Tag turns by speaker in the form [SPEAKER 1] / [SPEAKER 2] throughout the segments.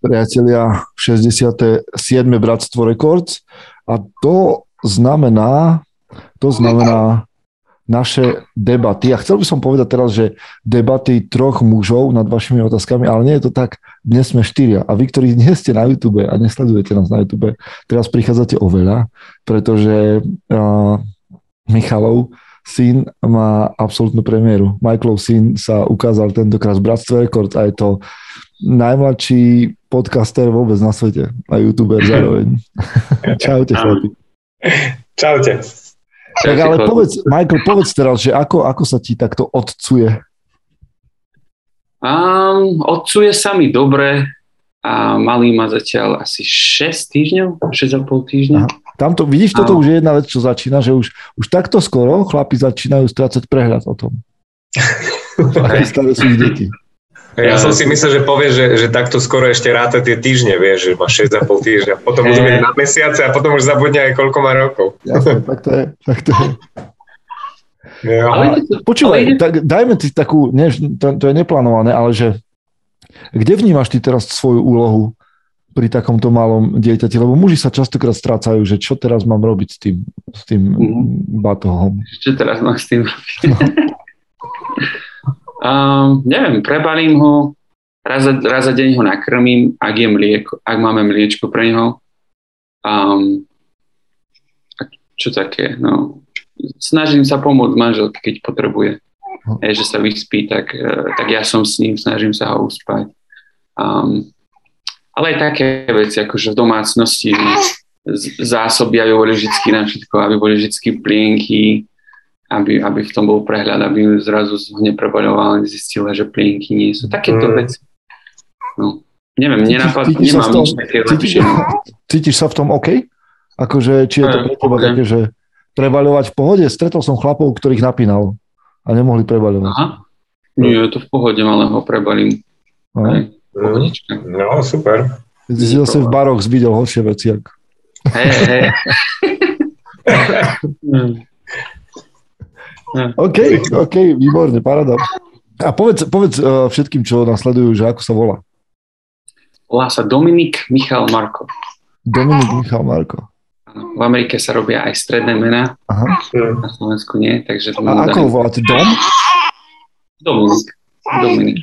[SPEAKER 1] priatelia, 67. Bratstvo Records a to znamená naše debaty. A chcel by som povedať teraz, že debaty troch mužov nad vašimi otázkami, ale nie je to tak, dnes sme 4 a vy, ktorí nie ste na YouTube a nesledujete nás na YouTube, teraz prichádzate oveľa, pretože Michalov syn má absolútnu premiéru. Michaelov syn sa ukázal tentokrát v Bratstve Records a je to najmladší podcaster vôbec na svete a youtuber zároveň. Čaute, chlapi.
[SPEAKER 2] Čaute.
[SPEAKER 1] Tak ale povedz teraz, že ako sa ti takto otcuje?
[SPEAKER 3] Otcuje sa mi dobre a malý má zatiaľ asi 6 týždňov, 6,5 týždňa.
[SPEAKER 1] Tamto, vidíš, toto už je jedna vec, čo začína, že už takto skoro chlapi začínajú strácať prehľad o tom. Aké staré sú ich deti.
[SPEAKER 2] Ja som si myslel, že povie, že takto skoro ešte ráta tie týždne, vieš, že má 6,5 týždňa, potom už bude na mesiace a potom už zabudne aj koľko má rokov.
[SPEAKER 1] Jasne, tak to je. Počúvaj, tak dajme ti takú, to je neplánované, ale že kde vnímaš ty teraz svoju úlohu pri takomto malom dieťati, lebo muži sa častokrát strácajú, že čo teraz mám robiť s tým batohom.
[SPEAKER 3] Čo teraz mám s tým robiť? Neviem, prebalím ho, raz za deň ho nakrmím, ak máme mliečko pre neho. A čo také, no, snažím sa pomôcť manželke, keď potrebuje. Že sa vyspí, tak ja som s ním, snažím sa ho uspať. Ale aj také veci, akože v domácnosti zásobia boli vždycky na všetko, aby boli vždycky plienky, aby v tom bol prehľad, aby zrazu neprebaľoval, zistila, že plienky nie sú. Takéto veci. No, neviem, nemám nič také lepšie.
[SPEAKER 1] Cítiš sa v tom OK? Akože, či je to pre teba také, že prebaľovať v pohode? Stretol som chlapov, ktorých napínal a nemohli prebaľovať.
[SPEAKER 3] Aha. Nie, je to v pohode, ale ho prebalím.
[SPEAKER 2] Pohodička. No, super.
[SPEAKER 1] Ty si zase v baroch videl horšie veci.
[SPEAKER 3] Hej.
[SPEAKER 1] OK, výborne, paráda. A povedz všetkým, čo nasledujú, že ako sa volá.
[SPEAKER 3] Volá sa Dominik Michal Marko.
[SPEAKER 1] Dominik Michal Marko.
[SPEAKER 3] V Amerike sa robia aj stredné mená. Aha. Na Slovensku nie, takže...
[SPEAKER 1] A ako ho voláte?
[SPEAKER 3] Dominik.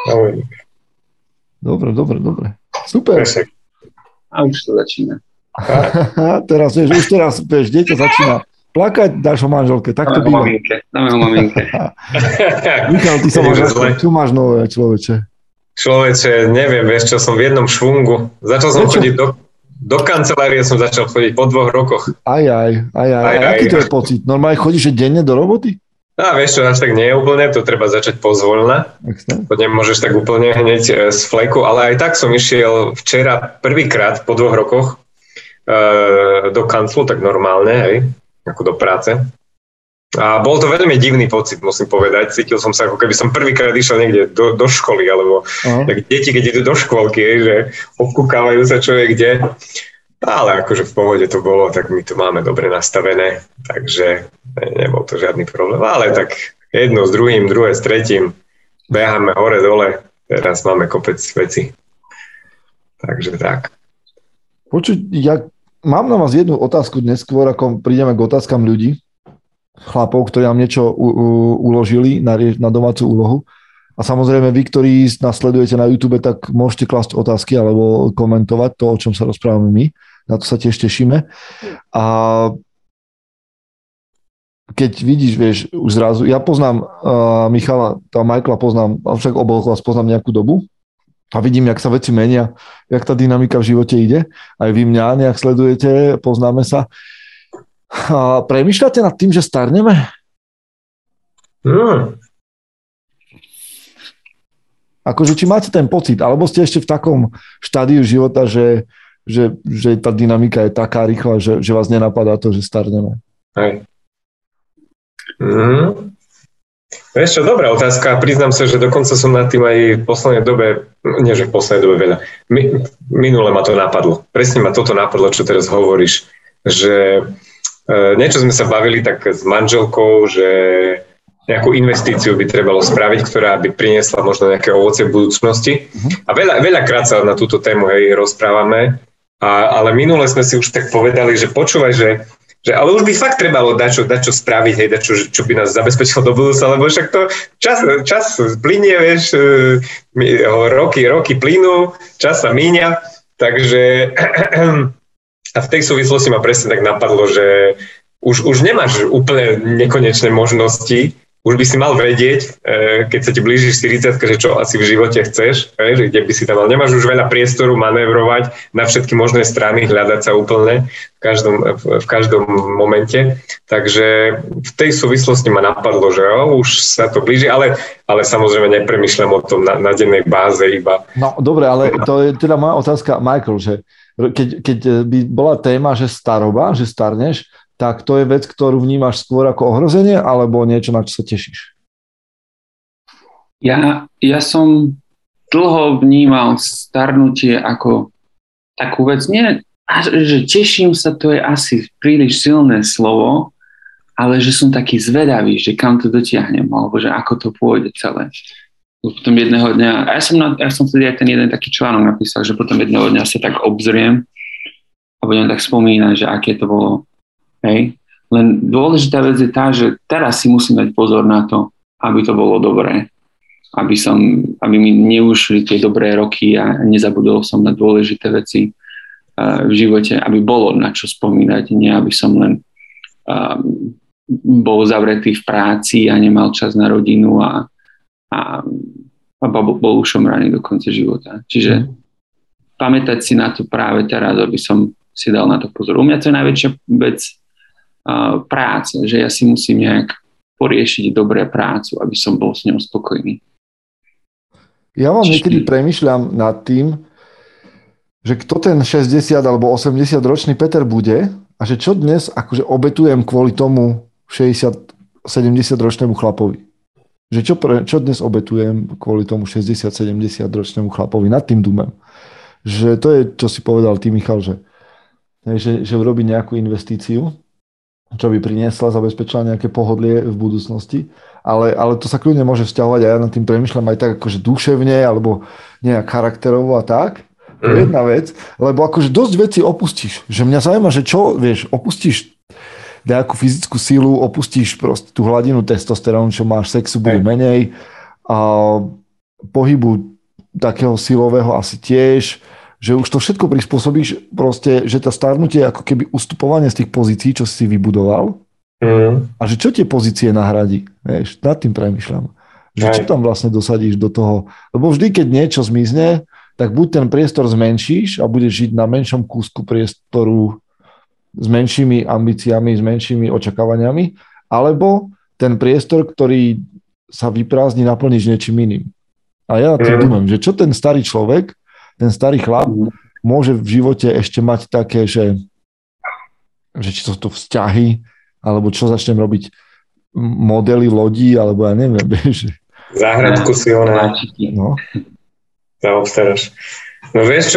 [SPEAKER 1] Dobre. Super.
[SPEAKER 3] A už to začína.
[SPEAKER 1] Teraz, dieťa začína plakať, dáš ho manželke. Tak to býva.
[SPEAKER 3] Dáme ho maminke.
[SPEAKER 1] Michal, ty sa máš čo máš nové, človeče?
[SPEAKER 2] Človeče, neviem, vieš čo, som v jednom švungu. Začal som chodiť do kancelárie, som začal chodiť po 2 rokoch.
[SPEAKER 1] Aj. Aký to je pocit? Normálne chodíš denne do roboty?
[SPEAKER 2] Vieš čo, až tak nie je úplne, to treba začať pozvoľna. To nemôžeš tak úplne hneď z fleku, ale aj tak som išiel včera prvýkrát po 2 rokoch do kanclu, tak normálne, hej, ako do práce. A bol to veľmi divný pocit, musím povedať. Cítil som sa, ako keby som prvýkrát išiel niekde do školy, alebo tak deti, keď idú do škôlky, že obkúkávajú sa čo je kde. Ale akože v pohode to bolo, tak my to máme dobre nastavené, takže nebol to žiadny problém. Ale tak jedno s druhým, druhé s tretím, beháme hore dole, teraz máme kopec veci. Takže tak.
[SPEAKER 1] Počuť, mám na vás jednu otázku dnes, skôr ako prídeme k otázkam ľudí, chlapov, ktorí nám niečo uložili na domácu úlohu. A samozrejme vy, ktorí nás sledujete na YouTube, tak môžete klásť otázky alebo komentovať to, o čom sa rozprávame my. Na to sa tiež tešíme. A keď vidíš, vieš, už zrazu, ja poznám Michala, Michaela poznám, však oboch vás poznám nejakú dobu a vidím, jak sa veci menia, jak tá dynamika v živote ide. Aj vy mňa nejak sledujete, poznáme sa. A premýšľate nad tým, že starneme? Akože, či máte ten pocit, alebo ste ešte v takom štádiu života, že tá dynamika je taká rýchla, že vás nenapadá to, že starneme?
[SPEAKER 2] Hej. Vieš čo, dobrá otázka. Priznám sa, že dokonca som nad tým aj v poslednej dobe, nie že v poslednej dobe veľa, minule ma to napadlo. Presne ma toto napadlo, čo teraz hovoríš, že niečo sme sa bavili tak s manželkou, že nejakú investíciu by trebalo spraviť, ktorá by priniesla možno nejaké ovocie v budúcnosti. A veľakrát sa na túto tému rozprávame, ale minule sme si už tak povedali, že počúvaj, že ale už by fakt trebalo dať čo spraviť, čo by nás zabezpečilo do budúca, lebo však to čas plynie, vieš, roky plynú, čas sa míňa, takže a v tej súvislosti ma presne tak napadlo, že už nemáš úplne nekonečné možnosti, už by si mal vedieť, keď sa ti blíži 40, že čo asi v živote chceš, že kde by si tam mal. Nemáš už veľa priestoru manévrovať na všetky možné strany, hľadať sa úplne v každom momente. Takže v tej súvislosti ma napadlo, že už sa to blíži, ale samozrejme nepremýšľam o tom na dennej báze iba.
[SPEAKER 1] No dobre, ale to je teda moja otázka, Michael, že keď by bola téma, že staroba, že starneš, tak to je vec, ktorú vnímaš skôr ako ohrozenie, alebo niečo, na čo sa tešíš?
[SPEAKER 3] Ja som dlho vnímal starnutie ako takú vec, nie, že teším sa, to je asi príliš silné slovo, ale že som taký zvedavý, že kam to dotiahnem, alebo že ako to pôjde celé. Potom jedného dňa, ja som vtedy aj ten jeden taký článok napísal, že potom jedného dňa sa tak obzriem a budem tak spomínať, že aké to bolo. Hej. Len dôležitá vec je tá, že teraz si musím dať pozor na to, aby to bolo dobré. Aby mi neušli tie dobré roky a nezabudol som na dôležité veci v živote, aby bolo na čo spomínať, nie aby som len bol zavretý v práci a nemal čas na rodinu a bol ušomraný do konca života. Čiže pamätať si na to práve teraz, aby som si dal na to pozor. U mňa to je najväčšia vec práce, že ja si musím nejak poriešiť dobré prácu, aby som bol s ňou spokojný.
[SPEAKER 1] Ja vám niekedy premýšľam nad tým, že kto ten 60 alebo 80 ročný Peter bude a že čo dnes akože obetujem kvôli tomu 60-70 ročnému chlapovi. Že čo dnes obetujem kvôli tomu 60-70 ročnému chlapovi. Nad tým dúmem. Že to je, čo si povedal ty, Michal, že urobí nejakú investíciu, čo by priniesla, zabezpečila nejaké pohodlie v budúcnosti, ale to sa kľudne môže vzťahovať a ja nad tým premýšľam aj tak akože duševne alebo nejak charakterovo a tak. To je jedna vec, lebo akože dosť vecí opustíš. Že mňa zaujíma, že čo, vieš, opustíš nejakú fyzickú sílu, opustíš proste tú hladinu testosterónu, čo máš, sexu bude menej a pohybu takého silového asi tiež, že už to všetko prispôsobíš proste, že tá starnutie je ako keby ustupovanie z tých pozícií, čo si vybudoval a že čo tie pozície nahradí, vieš, nad tým premýšľam. Že čo tam vlastne dosadíš do toho, lebo vždy, keď niečo zmizne, tak buď ten priestor zmenšíš a budeš žiť na menšom kúsku priestoru s menšími ambíciami, s menšími očakávaniami, alebo ten priestor, ktorý sa vyprázdni, naplníš niečím iným. A ja tým dúmam, že čo ten starý človek, ten starý chlap môže v živote ešte mať také, že či sú to vzťahy, alebo čo začnem robiť, modely lodí, alebo ja neviem, že...
[SPEAKER 2] Záhradku si ona zaobstaráš. No vieš čo,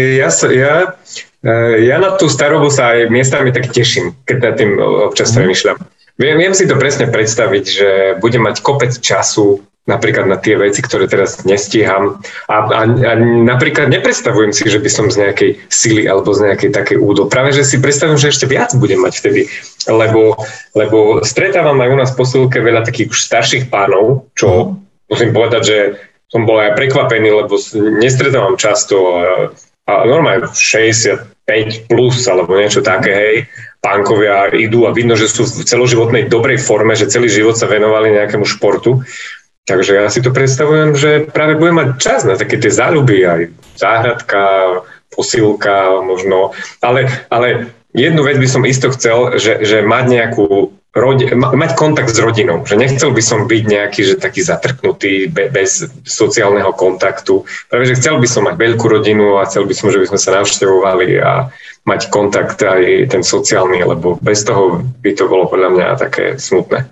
[SPEAKER 2] ja na tú starobu sa aj miestami tak teším, keď nad tým občas premýšľam. Viem si to presne predstaviť, že budem mať kopec času napríklad na tie veci, ktoré teraz nestíham. A napríklad nepredstavujem si, že by som z nejakej sily alebo z nejakej takej údo. Práve, že si predstavujem, že ešte viac budem mať vtedy. Lebo stretávam aj u nás v posilke veľa takých už starších pánov, čo musím povedať, že som bol aj prekvapený, lebo nestretávam často a normálne 65 plus alebo niečo také, hej. Pánkovia idú a vidno, že sú v celoživotnej dobrej forme, že celý život sa venovali nejakému športu. Takže ja si to predstavujem, že práve budem mať čas na také tie záľuby, aj záhradka, posilka možno. Ale jednu vec by som isto chcel, že mať mať kontakt s rodinou. Že nechcel by som byť nejaký, že taký zatrknutý bez sociálneho kontaktu. Práve, že chcel by som mať veľkú rodinu a chcel by som, že by sme sa navštevovali a mať kontakt aj ten sociálny, lebo bez toho by to bolo podľa mňa také smutné.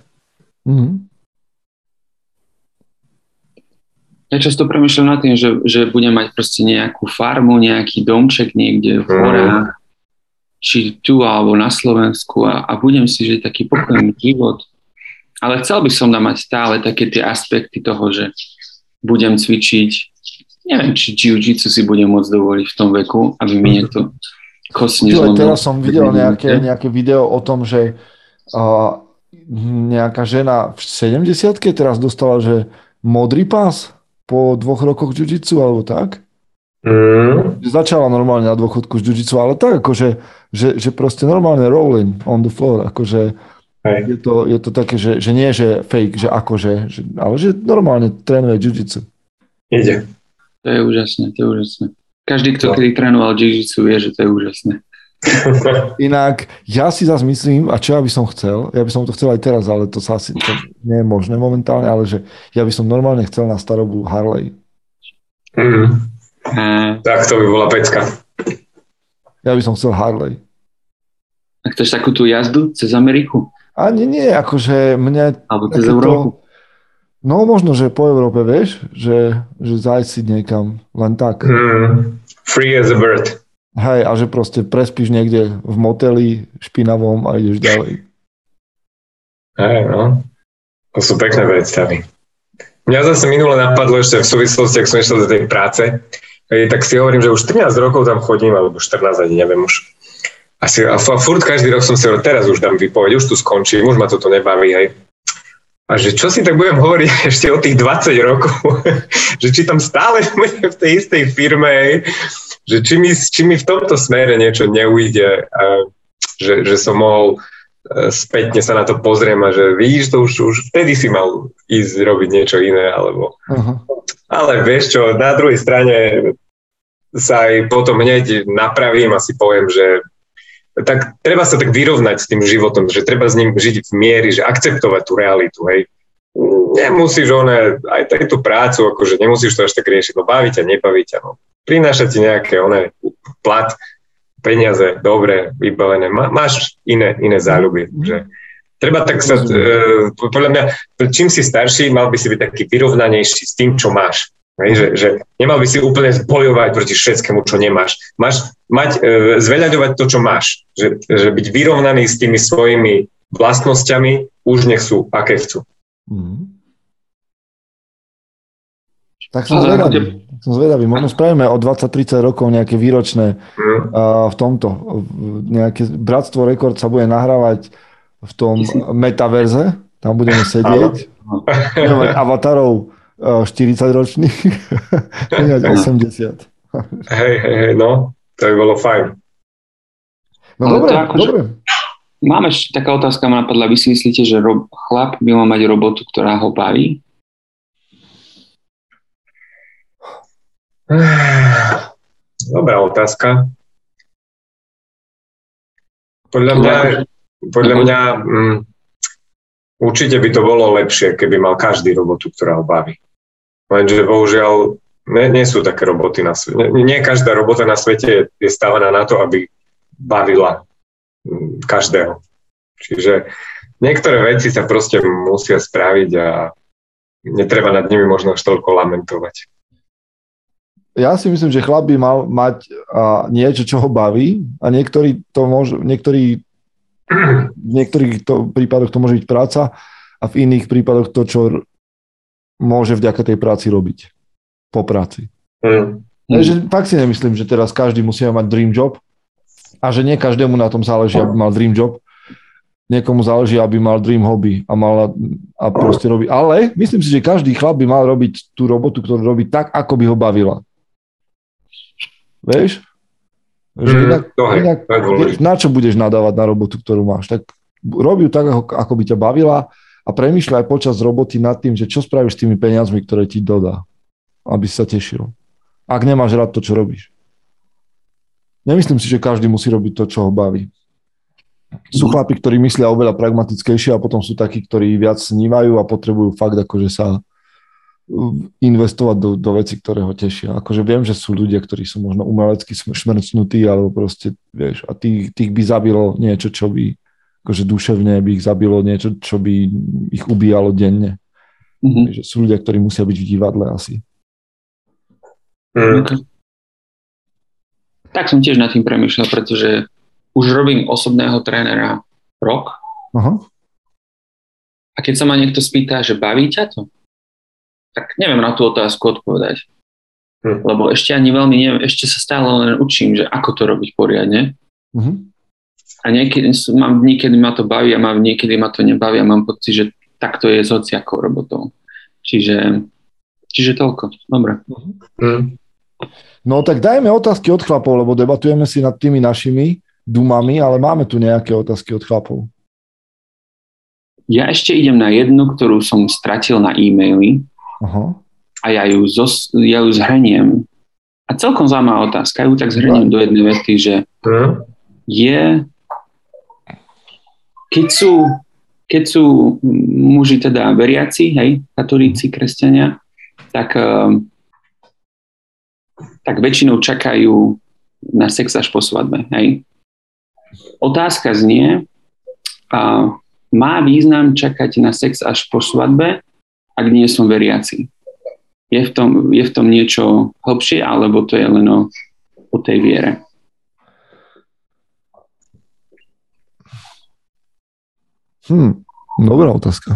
[SPEAKER 3] Ja často premýšľam nad tým, že budem mať proste nejakú farmu, nejaký domček niekde v horách, či tu alebo na Slovensku a budem si žiť taký pokojný život Ale chcel by som tam mať stále také tie aspekty toho, že budem cvičiť, neviem, či jiu-jitsu si budem môcť dovoliť v tom veku, aby mi niekto kost nezlomil.
[SPEAKER 1] Teraz som videl nejaké video o tom, že nejaká žena v 70-ke teraz dostala, že modrý pás po 2 rokoch jiu-jitsu, alebo tak. Začala normálne na dôchodku z jiu-jitsu, ale tak akože, že proste normálne rolling on the floor, akože je to také, že nie, že fake, že akože, ale že normálne trénuje jiu-jitsu.
[SPEAKER 2] Ide.
[SPEAKER 3] To je úžasné. Každý, kto kedy trénoval jiu-jitsu, vie, že to je úžasné.
[SPEAKER 1] Inak, ja si zase myslím, a čo ja by som chcel, ja by som to chcel aj teraz, ale to sa asi nie je možné momentálne, ale že ja by som normálne chcel na starobu Harley.
[SPEAKER 2] Tak to by bola pecka.
[SPEAKER 1] Ja by som chcel Harley.
[SPEAKER 3] A chceš takú tú jazdu cez Ameriku?
[SPEAKER 1] Ani nie, akože mňa...
[SPEAKER 3] Alebo cez Európu?
[SPEAKER 1] No možno, že po Európe, vieš, že zájsť si niekam, len tak.
[SPEAKER 2] Free as a bird.
[SPEAKER 1] Hej, a že proste prespíš niekde v moteli špinavom a ideš ďalej.
[SPEAKER 2] Hej, no. To sú pekné predstavy. Mňa zase minule napadlo ešte v súvislosti, ak som išiel do tej práce, tak si hovorím, že už 13 rokov tam chodím, alebo 14, ani neviem už. A furt každý rok som si hovoril, teraz už dám výpoveď, už tu skončím, už ma toto nebaví, hej. A že čo si tak budem hovoriť ešte o tých 20 rokov, že či tam stále budem v tej istej firme, hej, že či mi v tomto smere niečo neujde, že som mohol spätne sa na to pozriem a že vidíš, to už vtedy si mal ísť robiť niečo iné, alebo... Ale vieš čo, na druhej strane sa aj potom hneď napravím a si poviem, že tak treba sa tak vyrovnať s tým životom, že treba s ním žiť v miery, že akceptovať tú realitu, hej. Nemusíš aj tú prácu, akože nemusíš to až tak riešiť, no baví ťa, nebaví ťa, no. Prináša ti nejaké plat, peniaze, dobre, vybavené, máš iné záľuby, že treba tak sa, podľa mňa, čím si starší, mal by si byť taký vyrovnanejší s tým, čo máš. Že nemal by si úplne bojovať proti všetkému, čo nemáš. Máš zveľaďovať to, čo máš. Že byť vyrovnaný s tými svojimi vlastnosťami, už nech sú, aké chcú.
[SPEAKER 1] Tak som zvedavý. Možno spravíme o 20-30 rokov nejaké výročné v tomto. Nejaké Bratstvo rekord sa bude nahrávať v tom metaverze. Tam budeme sedieť. Budeme mať avatarov 40-ročných, 80.
[SPEAKER 2] Hej, no, to by bolo fajn.
[SPEAKER 1] No dobre.
[SPEAKER 3] Máme ešte taká otázka, ma napadla. Vy si myslíte, že chlap by mal mať robotu, ktorá ho baví?
[SPEAKER 2] Dobrá otázka. Podľa mňa určite by to bolo lepšie, keby mal každý robotu, ktorá ho baví. Lenže bohužiaľ nie sú také roboty na svete. Nie každá robota na svete je stávaná na to, aby bavila každého. Čiže niektoré veci sa proste musia spraviť a netreba nad nimi možno až toľko lamentovať.
[SPEAKER 1] Ja si myslím, že chlap by mal mať niečo, čo ho baví a v niektorých prípadoch to môže byť práca a v iných prípadoch to, čo môže vďaka tej práci robiť po práci. Takže fakt si nemyslím, že teraz každý musí mať dream job a že nie každému na tom záleží, aby mal dream job. Niekomu záleží, aby mal dream hobby a proste robí. Ale myslím si, že každý chlap by mal robiť tú robotu, ktorú robí tak, ako by ho bavila. Vieš? Že inak na čo budeš nadávať na robotu, ktorú máš? Tak rob ju tak, ako by ťa bavila a premýšľaj počas roboty nad tým, že čo spravíš s tými peniazmi, ktoré ti dodá, aby si sa tešil. Ak nemáš rád to, čo robíš. Nemyslím si, že každý musí robiť to, čo ho baví. Sú chlapi, ktorí myslia oveľa pragmatickejšie a potom sú takí, ktorí viac snívajú a potrebujú fakt akože sa investovať do vecí, ktoré ho tešia. Akože viem, že sú ľudia, ktorí sú možno umelecky šmrcnutí, alebo proste, vieš, a tých by zabilo niečo, čo by, akože duševne by ich zabilo niečo, čo by ich ubíjalo denne. Takže sú ľudia, ktorí musia byť v divadle asi.
[SPEAKER 3] Tak som tiež nad tým premýšľal, pretože už robím osobného trénera rok. A keď sa ma niekto spýta, že baví ťa to, tak neviem na tú otázku odpovedať. Lebo ešte ani veľmi neviem, ešte sa stále len učím, že ako to robiť poriadne. A niekedy ma to baví a niekedy ma to nebaví a mám pocit, že takto je s hociakou robotou. Čiže toľko. Dobre.
[SPEAKER 1] No tak dajme otázky od chlapov, lebo debatujeme si nad tými našimi dumami, ale máme tu nejaké otázky od chlapov.
[SPEAKER 3] Ja ešte idem na jednu, ktorú som stratil na e-maily.
[SPEAKER 1] Aha.
[SPEAKER 3] A ja ju zhrniem. A celkom zaujímavá otázka. Ja ju tak zhrniem do jednej vety, že keď sú muži teda veriaci, hej, katolíci, kresťania, tak väčšinou čakajú na sex až po svadbe. Hej. Otázka znie, má význam čakať na sex až po svadbe, ak nie som veriaci? Je v tom niečo hlbšie, alebo to je len o tej viere?
[SPEAKER 1] Dobrá otázka.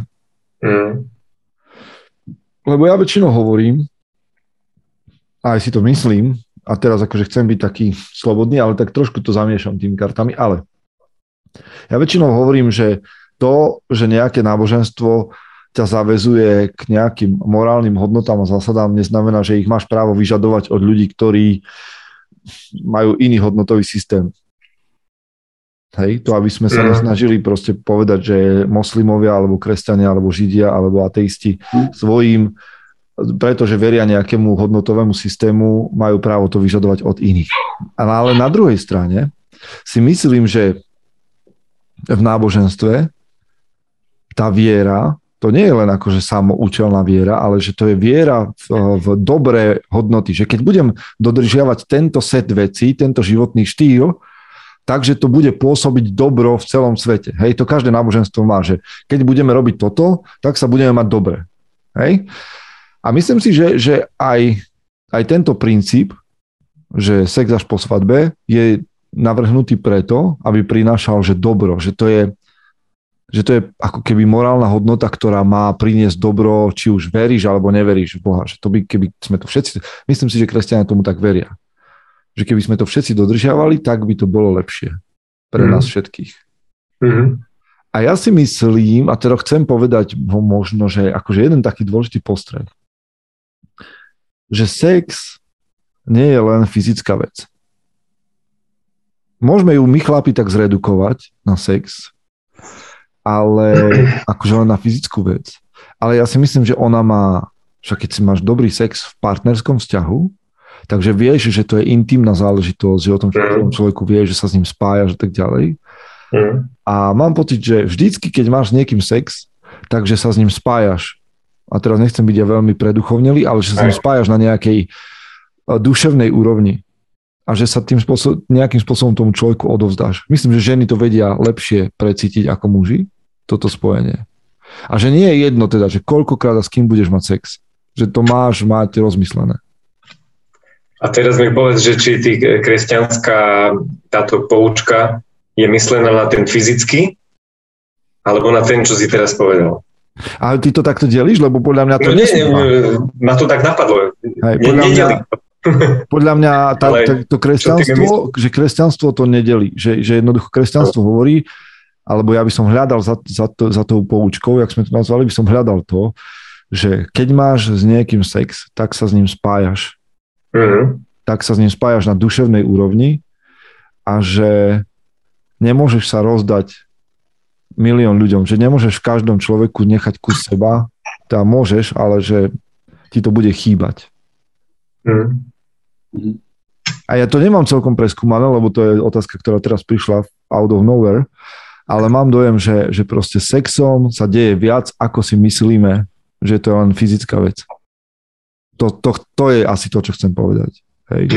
[SPEAKER 1] Lebo ja väčšinou hovorím, aj si to myslím, a teraz akože chcem byť taký slobodný, ale tak trošku to zamiešam tými kartami, ale ja väčšinou hovorím, že to, že nejaké náboženstvo ťa zaväzuje k nejakým morálnym hodnotám a zásadám, neznamená, že ich máš právo vyžadovať od ľudí, ktorí majú iný hodnotový systém. Hej, to aby sme sa nesnažili proste povedať, že moslimovia, alebo kresťania, alebo židia, alebo ateisti svojím, pretože veria nejakému hodnotovému systému, majú právo to vyžadovať od iných. Ale na druhej strane si myslím, že v náboženstve tá viera, to nie je len akože samoučelná viera, ale že to je viera v dobré hodnoty. Že keď budem dodržiavať tento set vecí, tento životný štýl, takže to bude pôsobiť dobro v celom svete. Hej, to každé náboženstvo má, že keď budeme robiť toto, tak sa budeme mať dobre. Hej? A myslím si, že aj tento princíp, že sex až po svadbe, je navrhnutý preto, aby prinášal, že dobro, že to je ako keby morálna hodnota, ktorá má priniesť dobro, či už veríš alebo neveríš v Boha. Že to by, keby sme to všetci, myslím si, že kresťania tomu tak veria. Že keby sme to všetci dodržiavali, tak by to bolo lepšie pre nás všetkých. A ja si myslím, a teda chcem povedať možno, že akože jeden taký dôležitý postreh, že sex nie je len fyzická vec. Môžeme ju my chlapi tak zredukovať na sex, ale akože len na fyzickú vec. Ale ja si myslím, že ona má, však keď si máš dobrý sex v partnerskom vzťahu, takže vieš, že to je intimná záležitosť, že o tom človeku vieš, že sa s ním spájaš a tak ďalej. A mám pocit, že vždycky, keď máš s niekým sex, takže sa s ním spájaš. A teraz nechcem byť ja veľmi preduchovnelý, ale že sa s ním spájaš na nejakej duševnej úrovni. A že sa tým nejakým spôsobom tomu človeku odovzdáš. Myslím, že ženy to vedia lepšie precítiť ako muži, toto spojenie. A že nie je jedno teda, že koľkokrát a s kým budeš mať sex. Že to máš mať rozmyslené.
[SPEAKER 2] A teraz mi povedz, že či kresťanská táto poučka je myslená na ten fyzický, alebo na ten, čo si teraz povedal.
[SPEAKER 1] A ty to takto delíš? Lebo podľa mňa to
[SPEAKER 2] ma to tak napadlo.
[SPEAKER 1] Hej, podľa mňa to kresťanstvo, že kresťanstvo to nedelí. Že jednoducho kresťanstvo hovorí, alebo ja by som hľadal za tou poučkou, jak sme to nazvali, by som hľadal to, že keď máš s niekým sex, tak sa s ním spájaš. Tak sa s ním spájaš na duševnej úrovni a že nemôžeš sa rozdať milión ľuďom, že nemôžeš v každom človeku nechať kus seba, teda môžeš, ale že ti to bude chýbať. A ja to nemám celkom preskúmané, lebo to je otázka, ktorá teraz prišla out of nowhere, ale mám dojem, že proste sexom sa deje viac, ako si myslíme, že to je len fyzická vec. To je asi to, čo chcem povedať. Hej.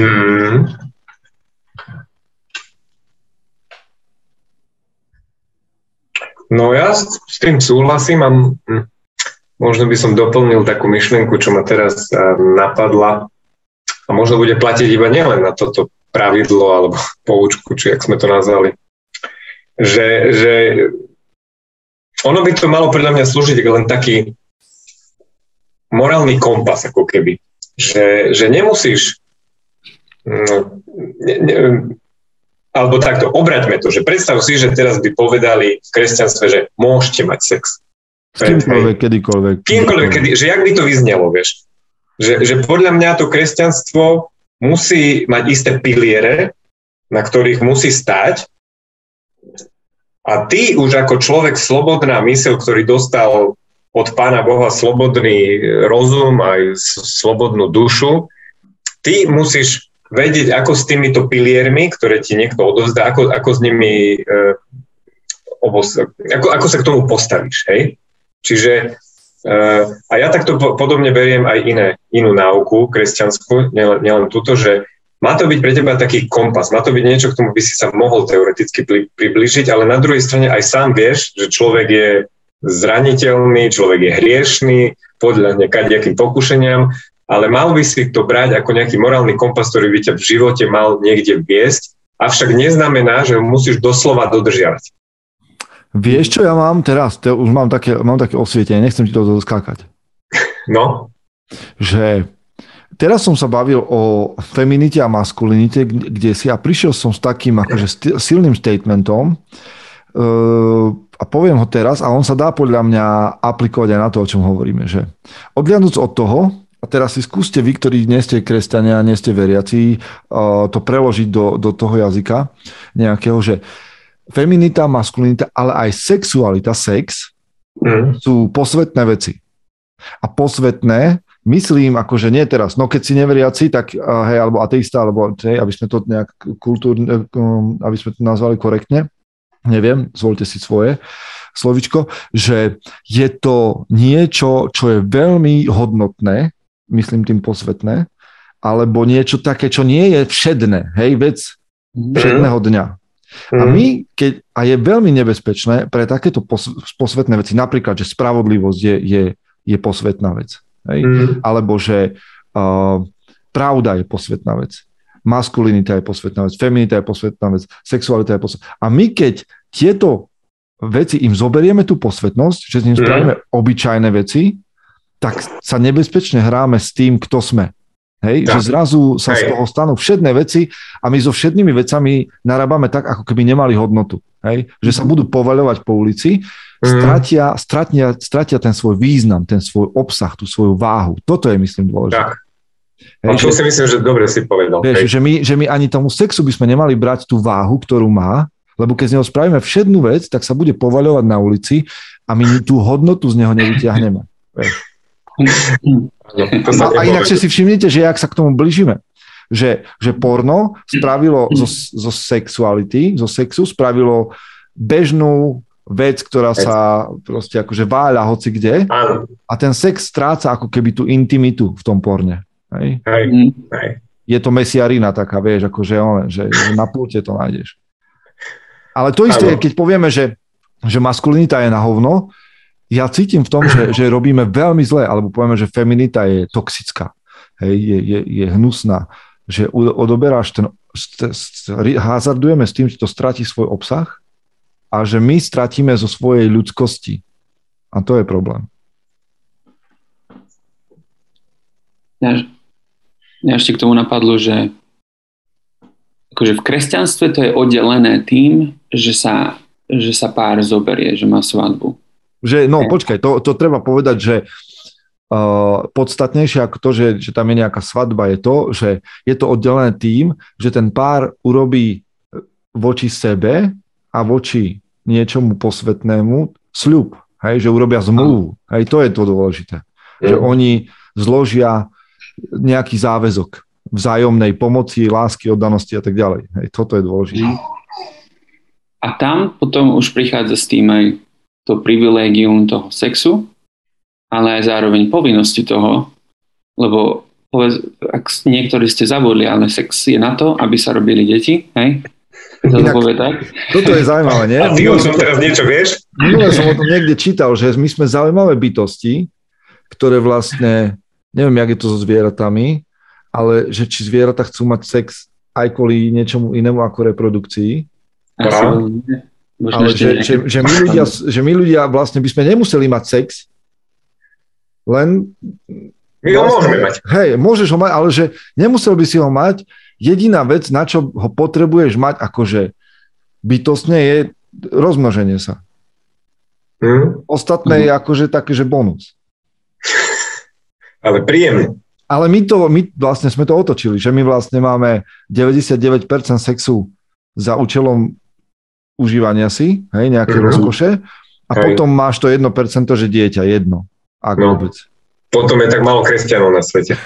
[SPEAKER 2] No ja s tým súhlasím a možno by som doplnil takú myšlienku, čo ma teraz napadla a možno bude platiť iba nielen na toto pravidlo alebo poučku, či jak sme to nazvali. Že ono by to malo podľa mňa slúžiť len taký morálny kompas, ako keby. Že nemusíš alebo takto, obraťme to, že predstav si, že teraz by povedali v kresťanstve, že môžete mať sex.
[SPEAKER 1] S kýmkoľvek, kedykoľvek.
[SPEAKER 2] Že jak by to vyznelo, vieš? Že podľa mňa to kresťanstvo musí mať isté piliere, na ktorých musí stať. A ty už ako človek slobodná myseľ, ktorý dostal od Pána Boha slobodný rozum aj slobodnú dušu, ty musíš vedieť, ako s týmito piliermi, ktoré ti niekto odovzdá, ako s nimi ako sa k tomu postavíš, hej? Čiže a ja takto podobne beriem aj inú náuku kresťanskú, nielen túto, že má to byť pre teba taký kompas, má to byť niečo, k tomu by si sa mohol teoreticky priblížiť, ale na druhej strane aj sám vieš, že človek je zraniteľný, človek je hriešný, podľa nejakým pokušeniam, ale mal by si to brať ako nejaký morálny kompas, ktorý by ťa v živote mal niekde viesť, avšak neznamená, že ho musíš doslova dodržiavať.
[SPEAKER 1] Vieš, čo ja mám teraz? Už mám také osvietenie, nechcem ti to skákať.
[SPEAKER 2] No?
[SPEAKER 1] Že teraz som sa bavil o feminite a maskulinite, kde si a prišiel som s takým akože silným statementom a poviem ho teraz a on sa dá podľa mňa aplikovať aj na to, o čom hovoríme. Že odliadnúc od toho, a teraz si skúste vy, ktorí nie ste kresťania, nie ste veriaci, to preložiť do toho jazyka nejakého, že feminita, maskulinita, ale aj sexualita, sex, sú posvetné veci. A posvetné, myslím, akože nie teraz, no keď si neveriaci, tak hej, alebo ateista, alebo hej, aby sme to nejak kultúrne, aby sme to nazvali korektne, neviem, zvolte si svoje slovičko, že je to niečo, čo je veľmi hodnotné, myslím tým posvetné, alebo niečo také, čo nie je všedné, hej, vec všedného dňa. A a je veľmi nebezpečné pre takéto posvetné veci, napríklad, že spravodlivosť je posvetná vec. Hej? Alebo že pravda je posvetná vec. Maskulinita je posvetná vec. Feminita je posvetná vec. Sexualita je posvetná vec. A my keď tieto veci im zoberieme tú posvetnosť, že s ním spravíme obyčajné veci, tak sa nebezpečne hráme s tým, kto sme. Hej? Že zrazu sa z toho stanú všedné veci a my so všednými vecami narábame tak, ako keby nemali hodnotu. Hej? Že sa budú povaľovať po ulici, stratia ten svoj význam, ten svoj obsah, tú svoju váhu. Toto je, myslím, dôležité.
[SPEAKER 2] Hej, to si myslím, že dobre si povedal.
[SPEAKER 1] Vieš, že my ani tomu sexu by sme nemali brať tú váhu, ktorú má, lebo keď z neho spravíme všednú vec, tak sa bude povaľovať na ulici a my tú hodnotu z neho nevyťahneme. Vieš. A inakšie si všimnite, že ak sa k tomu blížime, že porno spravilo zo sexuality, zo sexu spravilo bežnú vec, ktorá sa proste akože váľa hoci kde a ten sex stráca ako keby tú intimitu v tom porne. Hej? Je to mesiarina taká, vieš, akože že na pulte to nájdeš. Ale to isté, keď povieme, že maskulinita je na hovno, ja cítim v tom, že robíme veľmi zle, alebo povieme, že feminita je toxická, hej, je hnusná, že odoberáš hazardujeme s tým, že to stratí svoj obsah a že my stratíme zo svojej ľudskosti. A to je problém.
[SPEAKER 3] Mňa ešte k tomu napadlo, že akože v kresťanstve to je oddelené tým, že sa pár zoberie, že má svadbu.
[SPEAKER 1] Že, no počkaj, to treba povedať, že podstatnejšie ako to, že tam je nejaká svadba, je to, že je to oddelené tým, že ten pár urobí voči sebe a voči niečomu posvetnému sľub, hej, že urobia zmluvu. Hej, to je to dôležité. Že oni zložia nejaký záväzok vzájomnej pomoci, lásky, oddanosti a tak ďalej. Hej, toto je dôležité.
[SPEAKER 3] A tam potom už prichádza s tým aj to privilégium toho sexu, ale aj zároveň povinnosti toho, lebo ak niektorí ste zabudli, ale sex je na to, aby sa robili deti, hej?
[SPEAKER 1] Inak, toto je zaujímavé, nie?
[SPEAKER 2] A ty o tom teraz niečo vieš?
[SPEAKER 1] Minule som o tom niekde čítal, že my sme zaujímavé bytosti, ktoré vlastne, neviem, jak je to so zvieratami, ale že či zvieratá chcú mať sex aj kvôli niečomu inému ako reprodukcii. Ale že my ľudia vlastne by sme nemuseli mať sex, len...
[SPEAKER 2] My ho môžeme mať.
[SPEAKER 1] Hej, môžeš ho mať, ale že nemusel by si ho mať. Jediná vec, na čo ho potrebuješ mať akože bytostne, je rozmnoženie sa. Ostatné je akože také, že bonus.
[SPEAKER 2] Ale príjemné.
[SPEAKER 1] Ale my vlastne sme to otočili, že my vlastne máme 99% sexu za účelom užívania si, hej, nejaké rozkoše a potom máš to 1%, že dieťa, jedno, ak vôbec.
[SPEAKER 2] Potom je tak málo kresťanov na svete.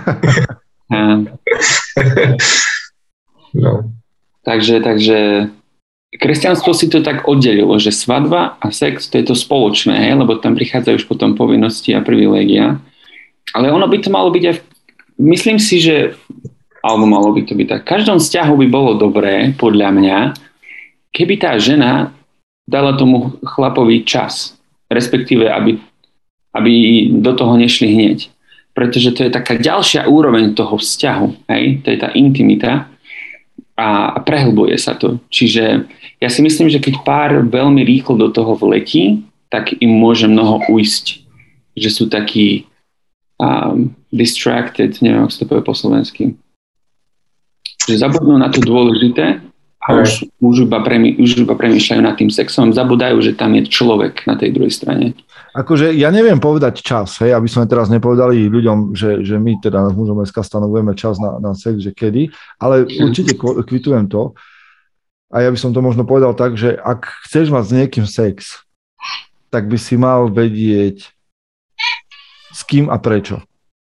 [SPEAKER 3] Takže kresťanstvo si to tak oddelilo, že svadba a sex to je to spoločné, hej, lebo tam prichádzajú už potom povinnosti a privilégia. Ale ono by to malo byť aj, myslím si, že, alebo malo by to byť tak, v každom vzťahu by bolo dobré, podľa mňa, keby tá žena dala tomu chlapovi čas, respektíve, aby do toho nešli hneď. Pretože to je taká ďalšia úroveň toho vzťahu, hej? To je tá intimita a prehlbuje sa to. Čiže ja si myslím, že keď pár veľmi rýchlo do toho vletí, tak im môže mnoho ujsť. Že sú takí distracted, neviem, ako sa to povie po slovensky. Že zabudnú na to dôležité a už iba premýšľajú nad tým sexom, zabudajú, že tam je človek na tej druhej strane.
[SPEAKER 1] Akože ja neviem povedať čas, hej, aby sme teraz nepovedali ľuďom, že my teda v Mužom SK stanovujeme čas na sex, že kedy, ale určite kvitujem to a ja by som to možno povedal tak, že ak chceš mať s niekým sex, tak by si mal vedieť s kým a prečo.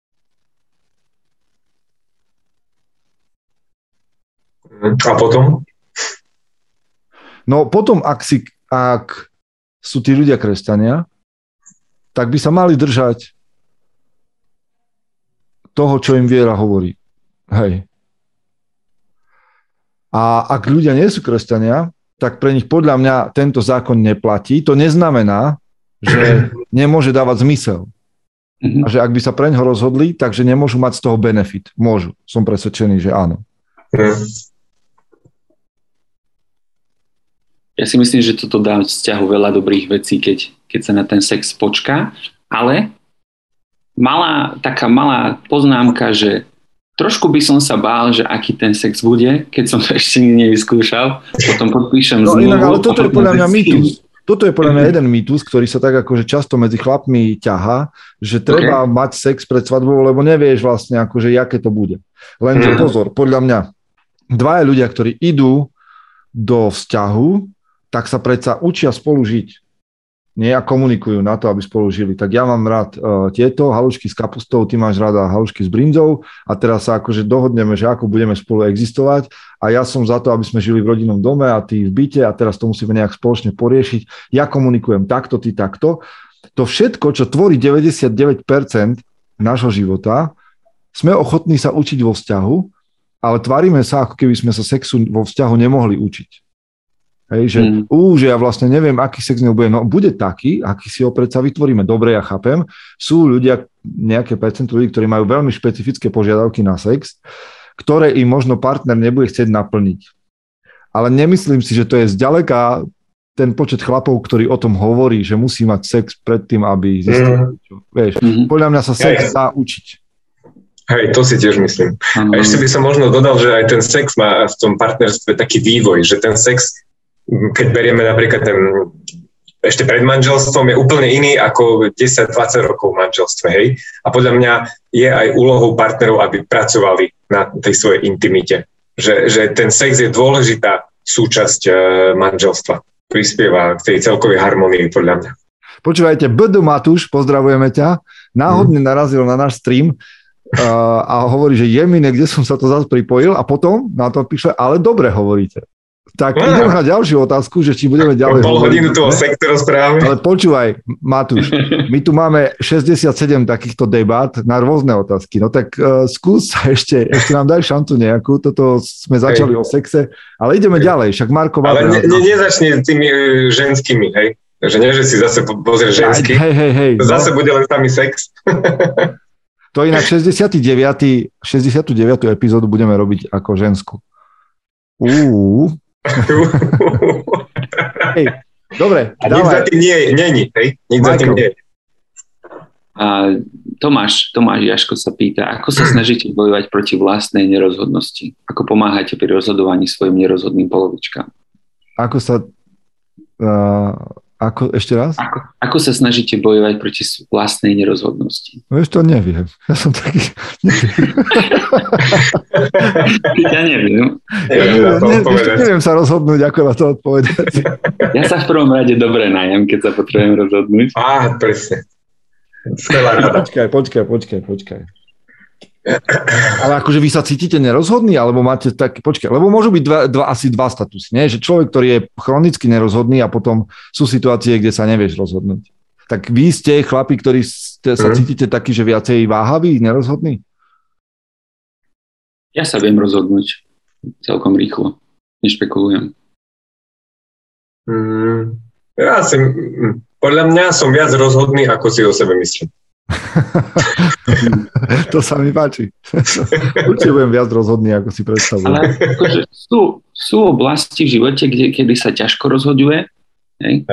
[SPEAKER 2] A potom?
[SPEAKER 1] No potom, ak sú tí ľudia kresťania, tak by sa mali držať toho, čo im viera hovorí. Hej. A ak ľudia nie sú kresťania, tak pre nich podľa mňa tento zákon neplatí. To neznamená, že nemôže dávať zmysel. A že ak by sa pre ňoho rozhodli, takže nemôžu mať z toho benefit. Môžu. Som presvedčený, že áno.
[SPEAKER 3] Ja si myslím, že toto dá vzťahu veľa dobrých vecí, keď sa na ten sex počká, ale taká malá poznámka, že trošku by som sa bál, že aký ten sex bude, keď som to ešte nevyskúšal, potom podpíšem zmluvu.
[SPEAKER 1] Inak, ale toto je podľa mňa mýtus. Toto je podľa mňa jeden mýtus, ktorý sa tak akože často medzi chlapmi ťahá, že treba mať sex pred svadbou, lebo nevieš vlastne akože, aké to bude. Lenže pozor, podľa mňa dvaja ľudia, ktorí idú do vzťahu, tak sa predsa učia spolu žiť. Nie, a komunikujú na to, aby spolu žili. Tak ja mám rád tieto halušky s kapustou, ty máš rada halušky s brinzou a teraz sa akože dohodneme, že ako budeme spolu existovať a ja som za to, aby sme žili v rodinnom dome a ty v byte a teraz to musíme nejak spoločne poriešiť. Ja komunikujem takto, ty takto. To všetko, čo tvorí 99% nášho života, sme ochotní sa učiť vo vzťahu, ale tvárime sa, ako keby sme sa sexu vo vzťahu nemohli učiť. Hej, že ja vlastne neviem, aký sex nebude. No bude taký, aký si ho predsa vytvoríme. Dobre, ja chápem. Sú ľudia, nejaké percento ľudí, ktorí majú veľmi špecifické požiadavky na sex, ktoré im možno partner nebude chcieť naplniť. Ale nemyslím si, že to je zďaleka ten počet chlapov, ktorý o tom hovorí, že musí mať sex pred tým, aby zistil. Vieš, podľa mňa sa sex dá učiť.
[SPEAKER 2] Hej, to si tiež myslím. A ešte by som možno dodal, že aj ten sex má v tom partnerstve taký vývoj, že ten sex, keď berieme napríklad ešte pred manželstvom, je úplne iný ako 10-20 rokov v manželstve, hej? A podľa mňa je aj úlohou partnerov, aby pracovali na tej svojej intimite. Že ten sex je dôležitá súčasť manželstva. Prispieva k tej celkovej harmonii, podľa mňa.
[SPEAKER 1] Počúvajte, Bdo Matúš, pozdravujeme ťa, náhodne narazil na náš stream a hovorí, že jemine, kde som sa to zase pripojil a potom na to píše, ale dobre hovoríte. Tak idem na ďalšiu otázku, že či budeme ďalej
[SPEAKER 2] pol hodinu toho sektora správy.
[SPEAKER 1] Ale počúvaj, Matúš, my tu máme 67 takýchto debát na rôzne otázky. No tak skús ešte nám daj šancu nejakú. Toto sme začali o sexe, ale ideme ďalej. Však Marko...
[SPEAKER 2] Ale nezačni tými ženskými, hej? Takže nie, že si zase pozrieš ženský.
[SPEAKER 1] Hej.
[SPEAKER 2] Zase bude len samý sex.
[SPEAKER 1] To inak 69. epizódu budeme robiť ako žensku. Dobre,
[SPEAKER 2] a nik za tým nie, hej? Nik za tým nie je.
[SPEAKER 3] Tomáš Jaško sa pýta, ako sa snažíte bojovať proti vlastnej nerozhodnosti? Ako pomáhate pri rozhodovaní svojim nerozhodným polovičkám?
[SPEAKER 1] Ešte raz?
[SPEAKER 3] Ako sa snažíte bojovať proti vlastnej nerozhodnosti?
[SPEAKER 1] No ešte to neviem. Ja som taký...
[SPEAKER 3] Ja neviem.
[SPEAKER 1] Neviem sa rozhodnúť, ako na to odpovedať.
[SPEAKER 3] Ja sa v prvom rade dobre najem, keď sa potrebujem rozhodnúť.
[SPEAKER 2] Presne.
[SPEAKER 1] Počkaj. Ale akože vy sa cítite nerozhodný, alebo máte tak... Počkaj, lebo môžu byť asi dva statusy, nie? Že človek, ktorý je chronicky nerozhodný a potom sú situácie, kde sa nevieš rozhodnúť. Tak vy ste chlapi, ktorí sa cítite takí, že viacej váhaví, nerozhodní?
[SPEAKER 3] Ja sa viem rozhodnúť celkom rýchlo. Nešpekulujem.
[SPEAKER 2] Podľa mňa som viac rozhodný, ako si o sebe myslím.
[SPEAKER 1] To sa mi páči. Určite budem viac rozhodný, ako si predstavujem.
[SPEAKER 3] Ale akože sú oblasti v živote, kedy sa ťažko rozhoduje, hej?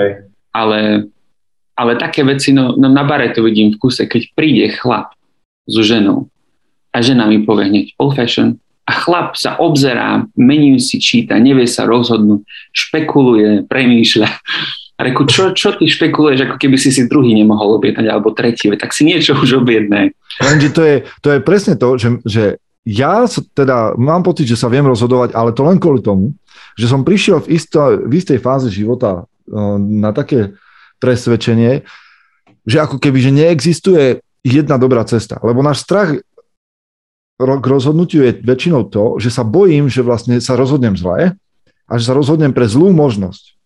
[SPEAKER 3] Ale také veci, no na bare to vidím v kuse, keď príde chlap so ženou a žena mi povie hneď old fashion a chlap sa obzerá, menu si číta, nevie sa rozhodnúť, špekuluje, premýšľa. A reku, čo ty špekuluješ, ako keby si druhý nemohol objednať, alebo tretí, tak si niečo už objednaj.
[SPEAKER 1] Lenže to je presne to, že ja teda mám pocit, že sa viem rozhodovať, ale to len kvôli tomu, že som prišiel v istej fáze života na také presvedčenie, že ako keby, že neexistuje jedna dobrá cesta. Lebo náš strach k rozhodnutiu je väčšinou to, že sa bojím, že vlastne sa rozhodnem zle a že sa rozhodnem pre zlú možnosť.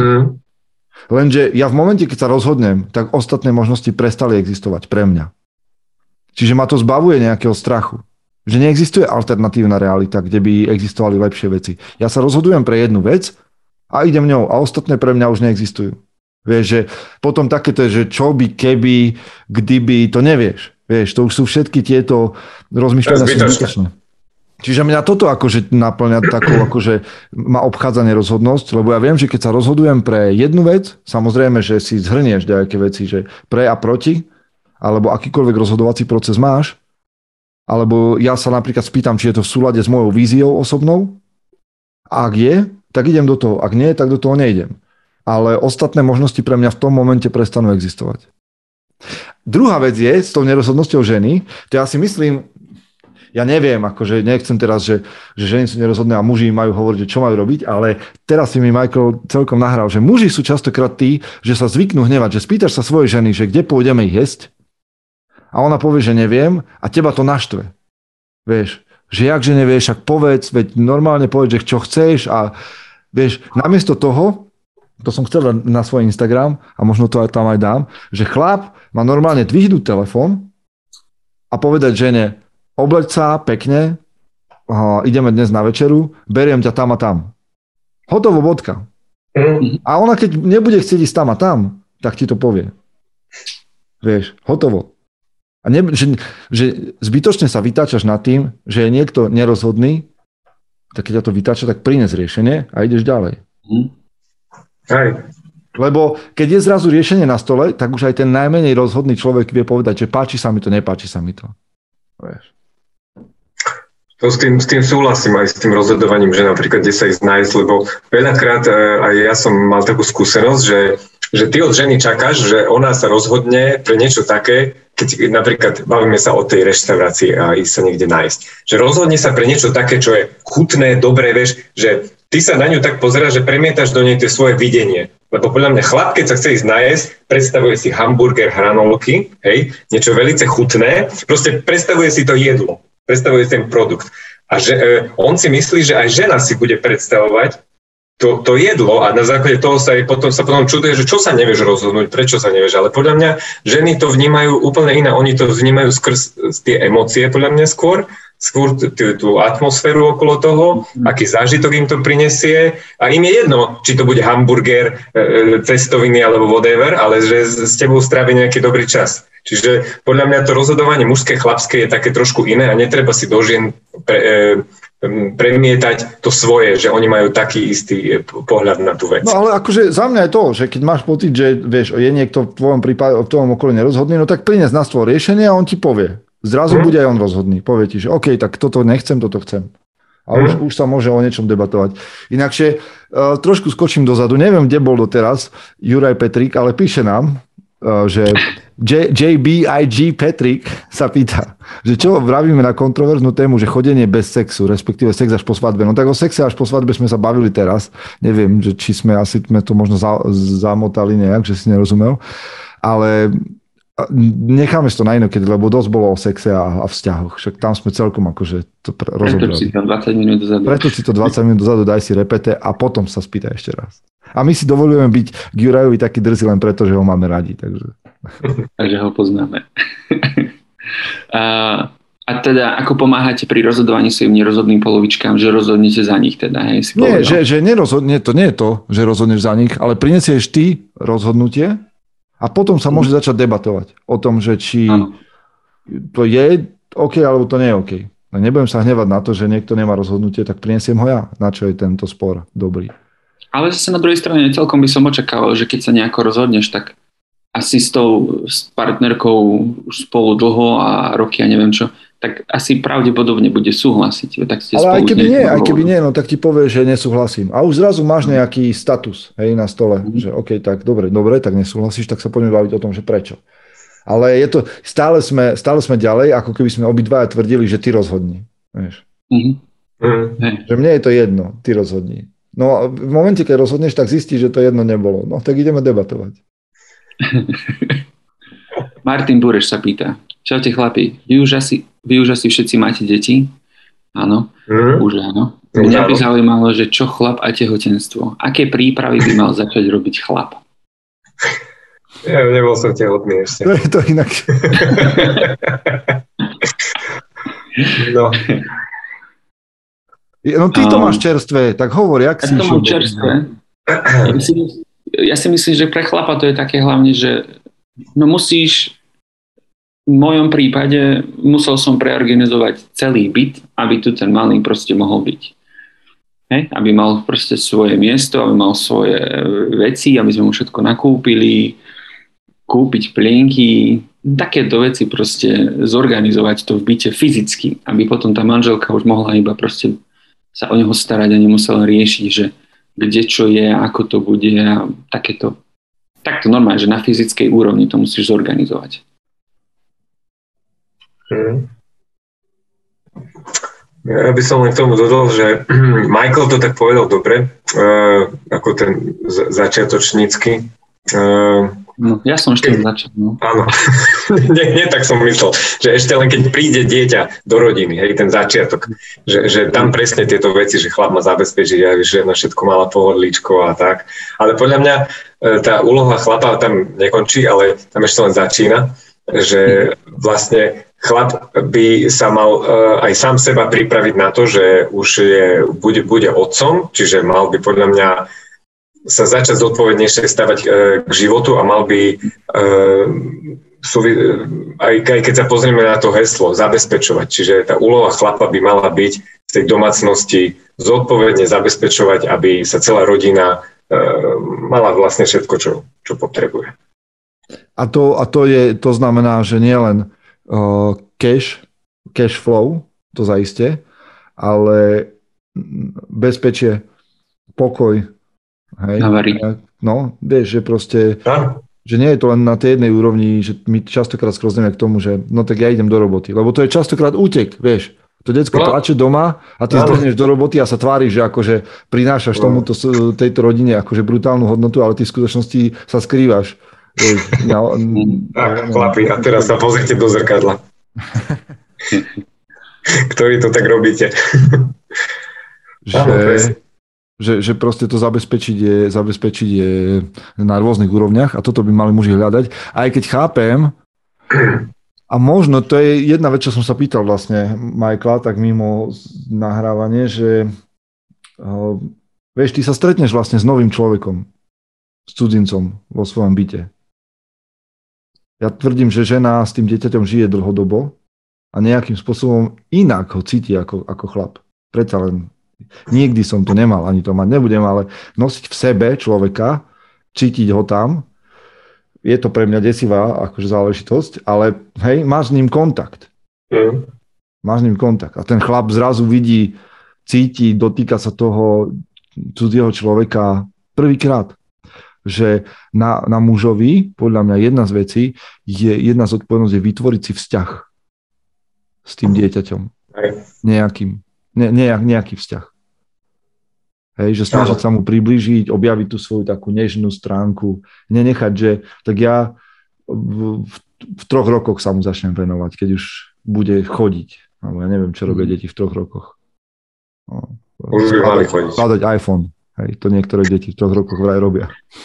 [SPEAKER 1] Lenže ja v momente, keď sa rozhodnem, tak ostatné možnosti prestali existovať pre mňa. Čiže ma to zbavuje nejakého strachu. Že neexistuje alternatívna realita, kde by existovali lepšie veci. Ja sa rozhodujem pre jednu vec a idem ňou a ostatné pre mňa už neexistujú. Vieš, že potom takéto je, že čo by, keby, kdyby, to nevieš. Vieš, to už sú všetky tieto rozmýšľania zbytočné. Čiže mňa toto akože naplňa takou, akože ma obchádza nerozhodnosť, lebo ja viem, že keď sa rozhodujem pre jednu vec, samozrejme, že si zhrnieš nejaké veci, že pre a proti, alebo akýkoľvek rozhodovací proces máš, alebo ja sa napríklad spýtam, či je to v súlade s mojou víziou osobnou, a ak je, tak idem do toho, ak nie, tak do toho nejdem. Ale ostatné možnosti pre mňa v tom momente prestanú existovať. Druhá vec je s tou nerozhodnosťou ženy, to ja si myslím, ja neviem, akože nechcem teraz, že ženy sú nerozhodné a muži majú hovoriť, že čo majú robiť, ale teraz si mi Michael celkom nahral, že muži sú častokrát tí, že sa zvyknú hnevať, že spýtaš sa svojej ženy, že kde pôjdeme jesť a ona povie, že neviem a teba to naštve. Vieš, že jakže nevieš, ak povedz, veď normálne povedz, že čo chceš a vieš, namiesto toho, to som chcel na svoj Instagram a možno to aj tam aj dám, že chlap má normálne dvihnúť telefón a povedať žene, obleď sa pekne, ideme dnes na večeru, beriem ťa tam a tam. Hotovo, bodka. A ona, keď nebude chcieť ísť tam a tam, tak ti to povie. Vieš, hotovo. A že zbytočne sa vytáčaš nad tým, že je niekto nerozhodný, tak keď ťa to vytáča, tak prines riešenie a ideš ďalej. Lebo keď je zrazu riešenie na stole, tak už aj ten najmenej rozhodný človek vie povedať, že páči sa mi to, nepáči sa mi to. Vieš.
[SPEAKER 2] To s tým súhlasím aj s tým rozhodovaním, že napríklad kde sa ísť nájsť, lebo veľakrát aj ja som mal takú skúsenosť, že ty od ženy čakáš, že ona sa rozhodne pre niečo také, keď napríklad bavíme sa o tej reštaurácii a ísť sa niekde nájsť. Že rozhodne sa pre niečo také, čo je chutné, dobré, vieš, že ty sa na ňu tak pozeráš, že premietaš do nej tie svoje videnie. Lebo podľa mňa chlap, keď sa chce ísť nájsť, predstavuje si hamburger, hranolky, hej, niečo veľce chutné, proste predstavuje si to jedlo. Predstavuje ten produkt. A on si myslí, že aj žena si bude predstavovať to jedlo a na základe toho sa potom čuduje, že čo sa nevieš rozhodnúť, prečo sa nevieš. Ale podľa mňa ženy to vnímajú úplne iné. Oni to vnímajú skrz tie emócie, podľa mňa skôr tú atmosféru okolo toho, aký zážitok im to prinesie a im je jedno, či to bude hamburger, cestoviny alebo whatever, ale že s tebou strávi nejaký dobrý čas. Čiže podľa mňa to rozhodovanie mužské, chlapské je také trošku iné a netreba si do žien premietať to svoje, že oni majú taký istý pohľad na tú vec.
[SPEAKER 1] No ale akože za mňa je to, že keď máš pocit, že vieš, je niekto v tvojom prípade, v tvojom okolí nerozhodný, no tak prines na stôl riešenie a on ti povie. Zrazu bude aj on rozhodný. Povie ti, že OK, tak toto nechcem, toto chcem. A už sa môže o niečom debatovať. Inakšie trošku skočím dozadu. Neviem, kde bol doteraz Juraj Petrík, ale píše nám, že JBIG Petrik sa pýta, že čo vravíme na kontroverznú tému, že chodenie bez sexu, respektíve sex až po svadbe. No tak o sexe až po svadbe sme sa bavili teraz. Neviem, že či sme to možno zamotali nejak, že si nerozumel. Ale necháme si to na inokedy, lebo dosť bolo o sexe a vzťahoch. Však tam sme celkom akože to rozobrali. Preto si to 20 minút dozadu daj si repete a potom sa spýtaj ešte raz. A my si dovolujeme byť k Jurajovi taký drzý len preto, že ho máme radi.
[SPEAKER 3] Takže ho poznáme. A teda, ako pomáhate pri rozhodovaní svojim nerozhodným polovičkám, že rozhodnete za nich teda? Hej,
[SPEAKER 1] nie, že nerozhodne, to nie je to, že rozhodneš za nich, ale prinesieš ty rozhodnutie a potom sa môže začať debatovať o tom, že či to je OK, alebo to nie je OK. Nebudem sa hnevať na to, že niekto nemá rozhodnutie, tak prinesiem ho ja. Na čo je tento spor dobrý?
[SPEAKER 3] Ale zase na druhej strane celkom by som očakával, že keď sa nejako rozhodneš, tak asi s partnerkou už spolu dlho a roky a neviem čo, tak asi pravdepodobne bude súhlasiť. Tak ste
[SPEAKER 1] ale aj keby nie, no tak ti povie, že nesúhlasím. A už zrazu máš nejaký status, hej, na stole, že OK, tak dobre, tak nesúhlasíš, tak sa poďme baviť o tom, že prečo. Ale je to, stále sme ďalej, ako keby sme obidvaja tvrdili, že ty rozhodni. Vieš. Že mne je to jedno, ty rozhodni. No v momente, keď rozhodneš, tak zistíš, že to jedno nebolo. No tak ideme debatovať.
[SPEAKER 3] Martin Bureš sa pýta. Čaute chlapi, vy už asi všetci máte deti? Áno, už áno. Mňa by zaujímalo, že čo chlap a tehotenstvo. Aké prípravy by mal začať robiť chlap?
[SPEAKER 2] Ja nebol som tehotný ešte.
[SPEAKER 1] To je to inak.
[SPEAKER 2] No.
[SPEAKER 1] No ty to máš čerstvé, tak hovor, jak si išiel.
[SPEAKER 3] Čerstvé. Ja si myslím, že pre chlapa to je také hlavne, že musíš, v mojom prípade musel som preorganizovať celý byt, aby tu ten malý proste mohol byť. Hej? Aby mal proste svoje miesto, aby mal svoje veci, aby sme mu všetko nakúpili, kúpiť plienky, takéto veci proste zorganizovať to v byte fyzicky, aby potom tá manželka už mohla iba proste sa o neho starať a nemusela riešiť, že kde čo je, ako to bude a takéto. Takto normálne, že na fyzickej úrovni to musíš zorganizovať.
[SPEAKER 2] Ja by som len k tomu dodal, že Michael to tak povedal dobre, ako ten začiatočnícky.
[SPEAKER 3] No, ja som ešte začal. No.
[SPEAKER 2] Áno, nie tak som myslel, že ešte len keď príde dieťa do rodiny, hej, ten začiatok, že tam presne tieto veci, že chlap má zabezpečiť, a žena všetko mala pohodlíčko a tak. Ale podľa mňa tá úloha chlapa tam nekončí, ale tam ešte len začína, že vlastne chlap by sa mal aj sám seba pripraviť na to, že už bude otcom, čiže mal by podľa mňa sa začať zodpovednejšie stavať k životu a mal by, aj keď sa pozrieme na to heslo, zabezpečovať. Čiže tá úloha chlapa by mala byť v tej domácnosti zodpovedne zabezpečovať, aby sa celá rodina mala vlastne všetko, čo potrebuje.
[SPEAKER 1] A to znamená, že nie len cash flow, to zaiste, ale bezpečie, pokoj. Hej. No, vieš, že proste, že nie je to len na tej jednej úrovni, že my častokrát sklzneme k tomu, že no tak ja idem do roboty, lebo to je častokrát útek, vieš. To decko plače doma a ty zdrhneš do roboty a sa tváriš, že akože prinášaš tejto rodine akože brutálnu hodnotu, ale ty v skutočnosti sa skrývaš.
[SPEAKER 2] Chlapi, a teraz sa pozrite do zrkadla. Ktorí to tak robíte.
[SPEAKER 1] Že proste to zabezpečiť je na rôznych úrovniach a toto by mali muži hľadať. Aj keď chápem, a možno to je jedna vec, čo som sa pýtal vlastne Michaela, tak mimo nahrávanie, že vieš, ty sa stretneš vlastne s novým človekom, s cudzincom vo svojom byte. Ja tvrdím, že žena s tým dieťaťom žije dlhodobo a nejakým spôsobom inak ho cíti ako chlap. Predsa len nikdy som to nemal, ani to mať nebudem, ale nosiť v sebe človeka, cítiť ho tam, je to pre mňa desivá akože záležitosť, ale hej, máš s ním kontakt. Máš s ním kontakt. A ten chlap zrazu vidí, cíti, dotýka sa toho cudzieho človeka prvýkrát. Že na mužovi, podľa mňa jedna z vecí, jedna z odpovedností je vytvoriť si vzťah s tým dieťaťom. Nejaký vzťah. Hej, že snažiť sa mu priblížiť, objaviť tú svoju takú nežnú stránku, nenechať, že tak ja v 3 rokoch sa mu začnem venovať, keď už bude chodiť. Alebo ja neviem, čo robia deti v 3 rokoch.
[SPEAKER 2] Už by mali chodiť.
[SPEAKER 1] Skladať iPhone. Hej, to niektoré deti v 3 rokoch vraj robia.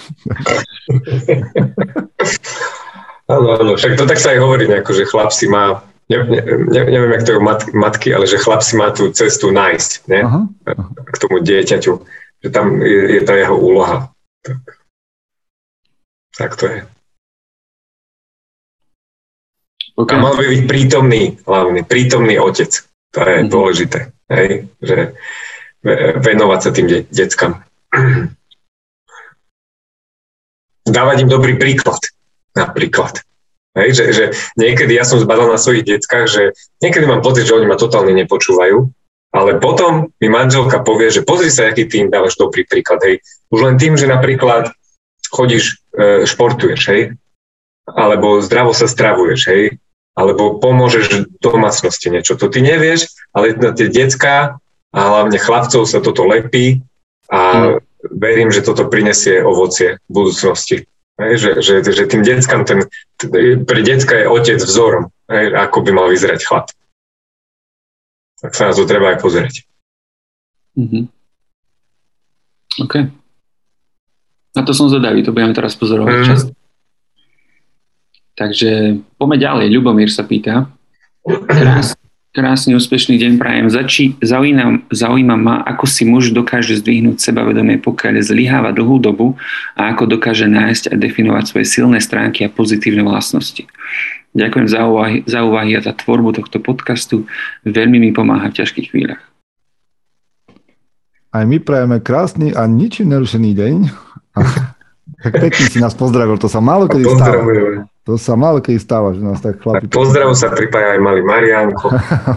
[SPEAKER 2] Áno, však to tak sa aj hovorí, nejako, že chlap si má, neviem, jak to je matky, ale že chlap si má tú cestu nájsť, ne? Aha. K tomu dieťaťu, že tam je tá jeho úloha. Tak to je. Okay. A mal by byť prítomný otec. To je dôležité, hej? Že venovať sa tým deckám. Dávať im dobrý príklad, napríklad. Hej, že niekedy, ja som zbadal na svojich deckách, že niekedy mám pocit, že oni ma totálne nepočúvajú, ale potom mi manželka povie, že pozri sa, aký ty im dávaš dobrý príklad. Hej. Už len tým, že napríklad chodíš, športuješ, hej, alebo zdravo sa stravuješ, hej, alebo pomôžeš domácnosti niečo. To ty nevieš, ale na tie decká a hlavne chlapcov sa toto lepí a verím, že toto prinesie ovocie v budúcnosti. Že tým deckám, pre decka je otec vzorom, ako by mal vyzerať chlap. Tak sa na to treba aj pozrieť.
[SPEAKER 3] OK. Na to som zvedavý, to budeme teraz pozorovať často. Takže poďme ďalej. Ľubomír sa pýta. Krásny, úspešný deň prajem. Zaujíma ma, ako si muž dokáže zdvihnúť sebavedomie, pokiaľ zlyháva dlhú dobu a ako dokáže nájsť a definovať svoje silné stránky a pozitívne vlastnosti. Ďakujem za úvahy a za tvorbu tohto podcastu. Veľmi mi pomáha v ťažkých chvíľach.
[SPEAKER 1] Aj my prajeme krásny a ničím nerušený deň. Tak pekne si nás pozdravil, to sa málo kedy stáva. To sa málo kedy stáva, že nás tak chlapi...
[SPEAKER 2] Pozdrav sa pripája aj malý Mariánko.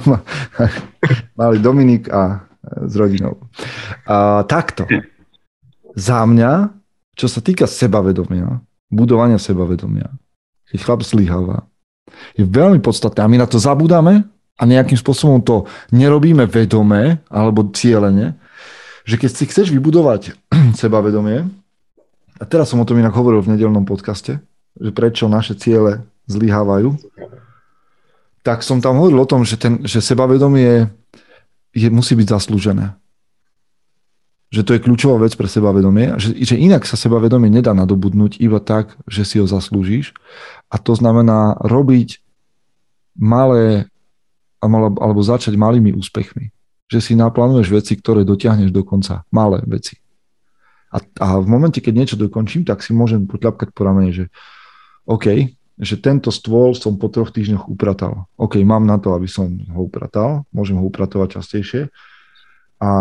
[SPEAKER 1] Malý Dominik a s rodinou. Takto. Za mňa, čo sa týka sebavedomia, budovania sebavedomia, keď chlap zlyháva, je veľmi podstatné. A my na to zabúdame a nejakým spôsobom to nerobíme vedome alebo cieľene, že keď si chceš vybudovať sebavedomie, a teraz som o tom inak hovoril v nedeľnom podcaste, že prečo naše ciele zlyhávajú, tak som tam hovoril o tom, že sebavedomie musí byť zaslúžené. Že to je kľúčová vec pre sebavedomie, že inak sa sebavedomie nedá nadobudnúť iba tak, že si ho zaslúžiš. A to znamená robiť malé, alebo začať malými úspechmi. Že si naplánuješ veci, ktoré dotiahneš do konca. Malé veci. A v momente, keď niečo dokončím, tak si môžem potľapkať po ramene, že OK, že tento stôl som po 3 týždňoch upratal. OK, mám na to, aby som ho upratal, môžem ho upratovať častejšie. A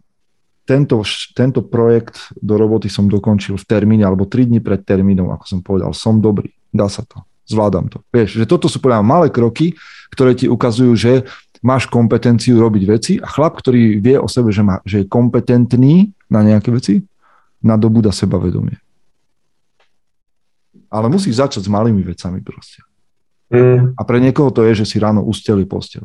[SPEAKER 1] tento projekt do roboty som dokončil v termíne, alebo 3 dni pred termínom, ako som povedal. Som dobrý, dá sa to, zvládam to. Vieš, že toto sú podľa malé kroky, ktoré ti ukazujú, že máš kompetenciu robiť veci a chlap, ktorý vie o sebe, že je kompetentný na nejaké veci, nadobúda sebavedomie. Ale musíš začať s malými vecami proste. A pre niekoho to je, že si ráno usteli posteľ.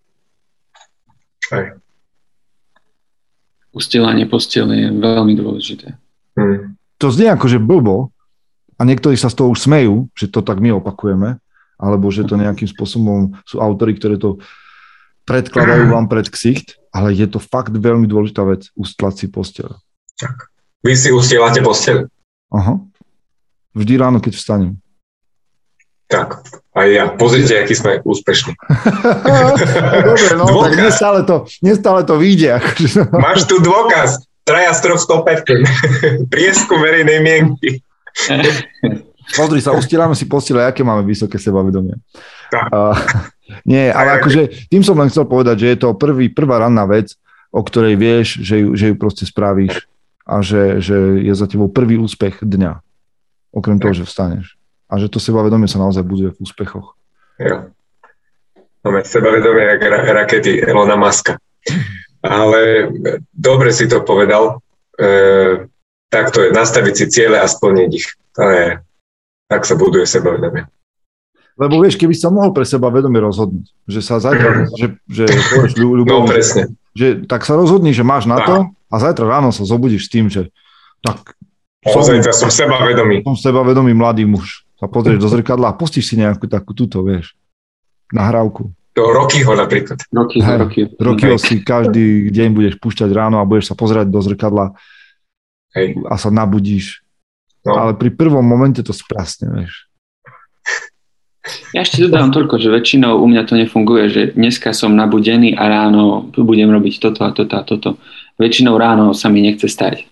[SPEAKER 2] Aj.
[SPEAKER 3] Ustelanie posteľ je veľmi dôležité.
[SPEAKER 1] To znie akože blbo a niektorí sa z toho už smejú, že to tak my opakujeme, alebo že to nejakým spôsobom sú autori, ktoré to predkladajú vám pred ksicht, ale je to fakt veľmi dôležitá vec, ustlať si posteľ.
[SPEAKER 2] Tak. Vy si ustielate posteľ?
[SPEAKER 1] Aha. Vždy ráno, keď vstanem.
[SPEAKER 2] Tak, aj ja. Pozrite, aký sme úspešní.
[SPEAKER 1] Dobre, no, dôkaz. Tak nestále to vyjde.
[SPEAKER 2] Máš tu dôkaz. 3 z 3 100%. Prieskum verejnej mienky.
[SPEAKER 1] Pozri sa, ustielame si postele, aké máme vysoké sebavedomie. Nie, ale akože tým som len chcel povedať, že je to prvá ranná vec. o ktorej vieš, že ju proste spravíš a že je za tebou prvý úspech dňa. Okrem toho, že vstaneš. A že to sebavedomie sa naozaj buduje v úspechoch.
[SPEAKER 2] Jo. Máme sebavedomie jak rakety Elona Muska. Ale dobre si to povedal. Tak to je, nastaviť si ciele a splniť ich. Tak sa buduje sebavedomie.
[SPEAKER 1] Lebo vieš, keby sa mohol pre seba vedomie rozhodnúť, že sa zajtra, že povieš ľubovi,
[SPEAKER 2] no, presne.
[SPEAKER 1] Že tak sa rozhodni, že máš na to a zajtra ráno sa zobudíš s tým, že tak
[SPEAKER 2] zajtra som sebavedomý.
[SPEAKER 1] Som sebavedomý mladý muž. Sa pozrieš do zrkadla a pustíš si nejakú takú túto, vieš, nahrávku.
[SPEAKER 2] Do Rockyho napríklad.
[SPEAKER 1] Rockyho si každý deň budeš púšťať ráno a budeš sa pozerať do zrkadla a sa nabudíš. No. Ale pri prvom momente to sprasne, vieš.
[SPEAKER 3] Ja ešte dodám toľko, že väčšinou u mňa to nefunguje, že dneska som nabudený a ráno budem robiť toto a toto a toto. Väčšinou ráno sa mi nechce stať.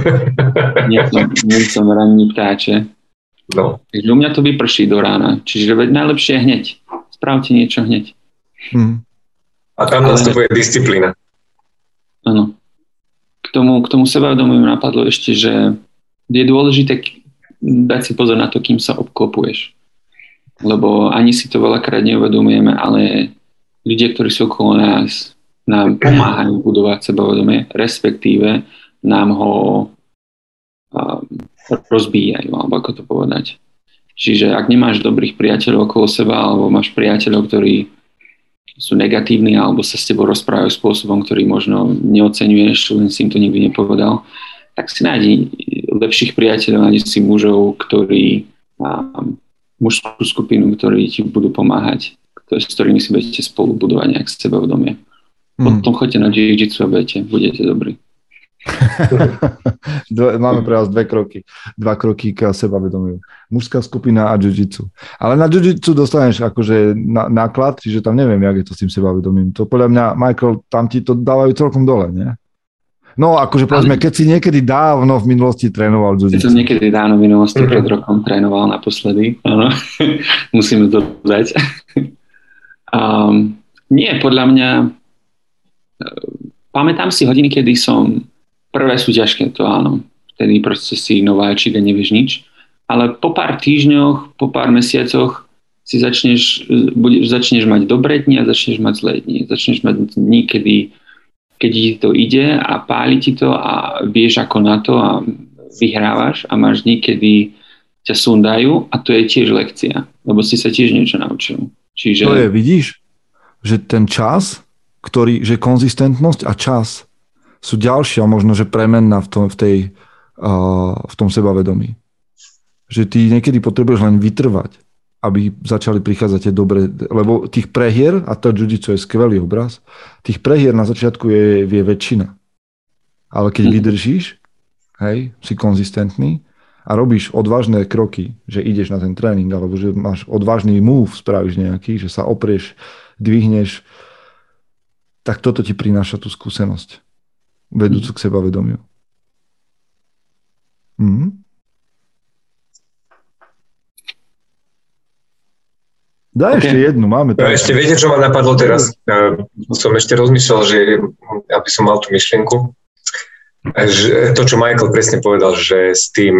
[SPEAKER 3] Nie som ranní ptáče.
[SPEAKER 2] No.
[SPEAKER 3] Takže u mňa to vyprší do rána. Čiže najlepšie je hneď. Spravte niečo hneď.
[SPEAKER 2] A tam nastupuje disciplína.
[SPEAKER 3] Áno. K tomu sebavedomiu napadlo ešte, že je dôležité dať si pozor na to, kým sa obklopuješ. Lebo ani si to veľakrát neuvedomujeme, ale ľudia, ktorí sú okolo nás, nám pomáhajú budovať sebavedomie, respektíve nám ho rozbíjajú, alebo ako to povedať. Čiže ak nemáš dobrých priateľov okolo seba, alebo máš priateľov, ktorí sú negatívni, alebo sa s tebou rozprávajú spôsobom, ktorý možno neoceňuješ, len si im to nikdy nepovedal, tak si nájdi lepších priateľov, nájdi si mužov, ktorí mužskú skupinu, ktorí ti budú pomáhať, s ktorými si budete spolu budovať nejak sebavedomie. Potom choďte na jiu-jitsu a budete dobrí.
[SPEAKER 1] Máme pre vás 2 kroky. 2 kroky k sebavedomiu. Mužská skupina a jiu-jitsu. Ale na jiu-jitsu dostaneš akože náklad, čiže tam neviem, jak je to s tým sebavedomím. To podľa mňa, Michael, tam ti to dávajú celkom dole, nie? No, akože povedzme, keď si niekedy dávno v minulosti trénoval jiu-jitsu.
[SPEAKER 3] Keď som niekedy dávno v minulosti pred rokom trénoval naposledy, áno, musíme to dať. Nie, podľa mňa pamätám si hodiny, kedy som prvé sú ťažké, to áno. Vtedy proste si nováčik a nevieš nič. Ale po pár týždňoch, po pár mesiacoch si začneš mať dobré dni a začneš mať zlé dni. Začneš mať dni, keď ti to ide a páli ti to a vieš ako na to a vyhrávaš a máš dni, kedy ťa sundajú a to je tiež lekcia, lebo si sa tiež niečo naučil. Čiže...
[SPEAKER 1] To je, vidíš, že ten čas, že konzistentnosť a čas sú ďalšia možno, že premenná v tom sebavedomí. Že ty niekedy potrebuješ len vytrvať, aby začali prichádzať tie dobré, lebo tých prehier, a to jiu-jitsu je skvelý obraz, tých prehier na začiatku je väčšina. Ale keď vydržíš, hej, si konzistentný a robíš odvážne kroky, že ideš na ten tréning, alebo že máš odvážny move, spravíš nejaký, že sa oprieš, dvihneš, tak toto ti prináša tú skúsenosť, vedúcu k sebavedomiu. Daj ešte jednu, máme to.
[SPEAKER 2] Ešte viete, čo ma napadlo teraz? Som ešte rozmýšľal, že aby som mal tú myšlienku, že to, čo Michael presne povedal, že s tým,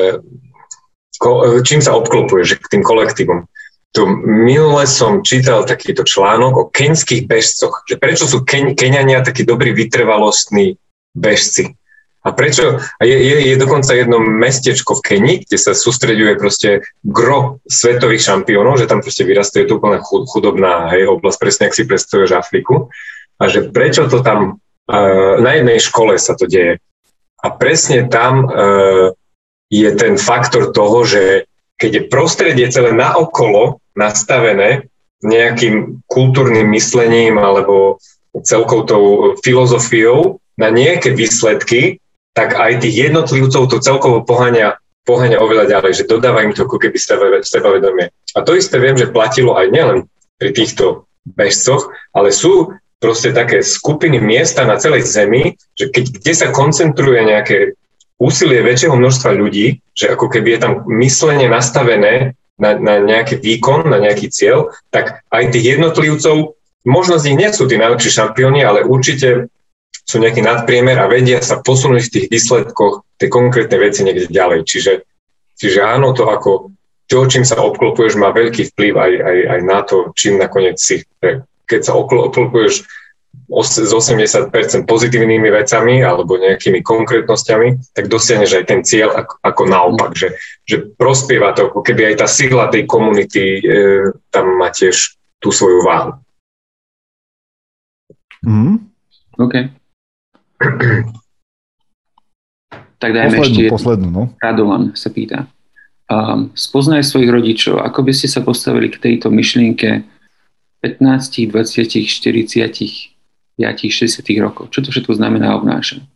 [SPEAKER 2] čím sa obklopuje, že k tým kolektívom. Minule som čítal takýto článok o keňských bežcoch, že prečo sú Keňania takí dobrí vytrvalostní bežci. A prečo? Je dokonca jedno mestečko v Keni, kde sa sústreďuje proste gro svetových šampiónov, že tam proste vyrastuje to úplne chudobná oblasť, presne ak si predstavuješ Afriku. A že prečo to tam na jednej škole sa to deje. A presne tam je ten faktor toho, že keď je prostredie celé naokolo nastavené nejakým kultúrnym myslením alebo celkou tou filozofiou na nejaké výsledky, tak aj tých jednotlivcov to celkovo poháňa oveľa ďalej, že dodáva im to ako keby sebavedomie. A to isté viem, že platilo aj nielen pri týchto bežcoch, ale sú proste také skupiny miesta na celej zemi, že kde sa koncentruje nejaké úsilie väčšieho množstva ľudí, že ako keby je tam myslenie nastavené na nejaký výkon, na nejaký cieľ, tak aj tých jednotlivcov, možno z nich nie sú tí najlepší šampióni, ale určite sú nejaký nadpriemer a vedia sa posunúť v tých výsledkoch tej konkrétnej veci niekde ďalej. Čiže áno, to ako to, čím sa obklopuješ, má veľký vplyv aj na to, čím nakoniec si. Keď sa obklopuješ z 80% pozitívnymi vecami alebo nejakými konkrétnosťami, tak dosiahneš aj ten cieľ ako naopak, že prospieva to, ako keby aj tá sila tej komunity tam má tiež tú svoju váhu.
[SPEAKER 3] OK. Tak dajme
[SPEAKER 1] poslednú, no.
[SPEAKER 3] Radovan sa pýta. Spoznaj svojich rodičov. Ako by ste sa postavili k tejto myšlienke 15, 20, 40, 60 rokov? Čo to všetko znamená a obnáša?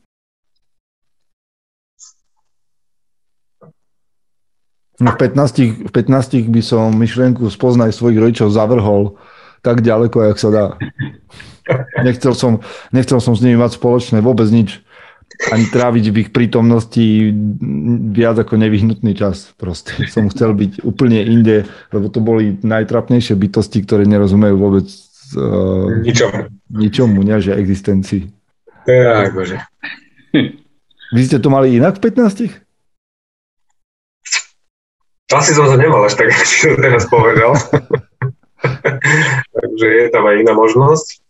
[SPEAKER 1] No v 15 by som myšlienku spoznaj svojich rodičov zavrhol tak ďaleko, jak sa dá. Nechcel som s nimi mať spoločné vôbec nič. Ani tráviť v ich prítomnosti viac ako nevyhnutný čas. Proste som chcel byť úplne inde, lebo to boli najtrapnejšie bytosti, ktoré nerozumejú vôbec ničomu, neže existencii.
[SPEAKER 2] Tak, bože.
[SPEAKER 1] Vy ste to mali inak v 15?
[SPEAKER 2] Asi som to nemal až tak, ako si to teraz povedal. Takže je tam aj iná možnosť.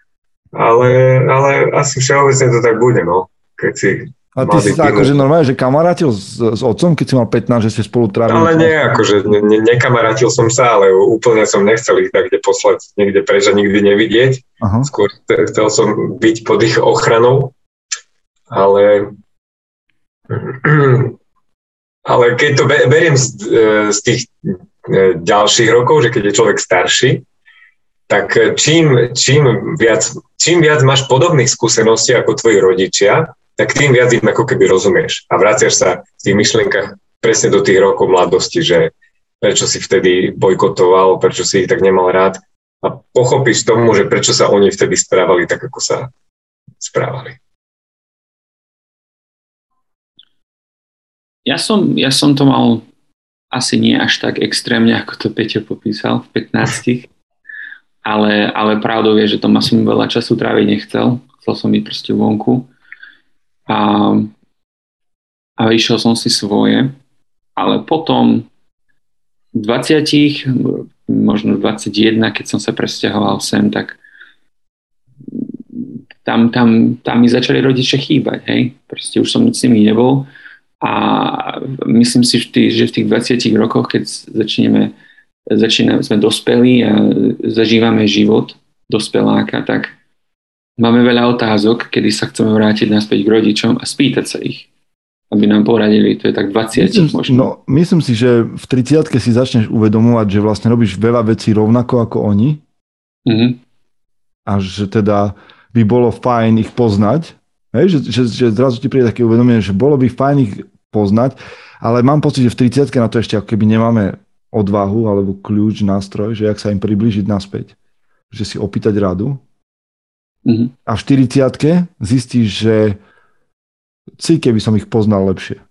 [SPEAKER 2] Ale asi všeobecne to tak bude, no. Keď si
[SPEAKER 1] a ty si sa akože normálne, že kamarátil s otcom, keď si mal 15, že ste spolu trávili?
[SPEAKER 2] Ale nie, akože nekamarátil som sa, ale úplne som nechcel ich tak kde poslať niekde preč a nikdy nevidieť. Aha. Skôr chcel som byť pod ich ochranou, ale keď to beriem z tých ďalších rokov, že keď je človek starší, tak čím viac máš podobných skúseností ako tvoji rodičia, tak tým viac im ako keby rozumieš a vraciaš sa v tých myšlienkach presne do tých rokov mladosti, že prečo si vtedy bojkotoval, prečo si ich tak nemal rád a pochopíš tomu, že prečo sa oni vtedy správali tak, ako sa správali.
[SPEAKER 3] Ja som to mal asi nie až tak extrémne, ako to Peťo popísal v 15, ale pravdou je, že tam som veľa času tráviť nechcel. Chcel som byť proste vonku. A išiel som si svoje, ale potom v 20, možno 21, keď som sa presťahoval sem, tak tam mi začali rodičia chýbať, hej. Proste už som s nimi nebol a myslím si, že v tých 20 rokoch, keď sme dospelí a zažívame život dospeláka, tak máme veľa otázok, kedy sa chceme vrátiť naspäť k rodičom a spýtať sa ich, aby nám poradili. To je tak 20 možno.
[SPEAKER 1] No, myslím si, že v 30-ke si začneš uvedomovať, že vlastne robíš veľa vecí rovnako ako oni. Mm-hmm. A že teda by bolo fajn ich poznať. Hej, že zrazu ti príde také uvedomenie, že bolo by fajn ich poznať, ale mám pocit, že v 30-ke na to ešte ako keby nemáme odvahu alebo kľúč, nástroj, že jak sa im priblížiť naspäť. Že si opýtať radu. Mm-hmm. A v 40-ke zistíš, že keby som ich poznal lepšie.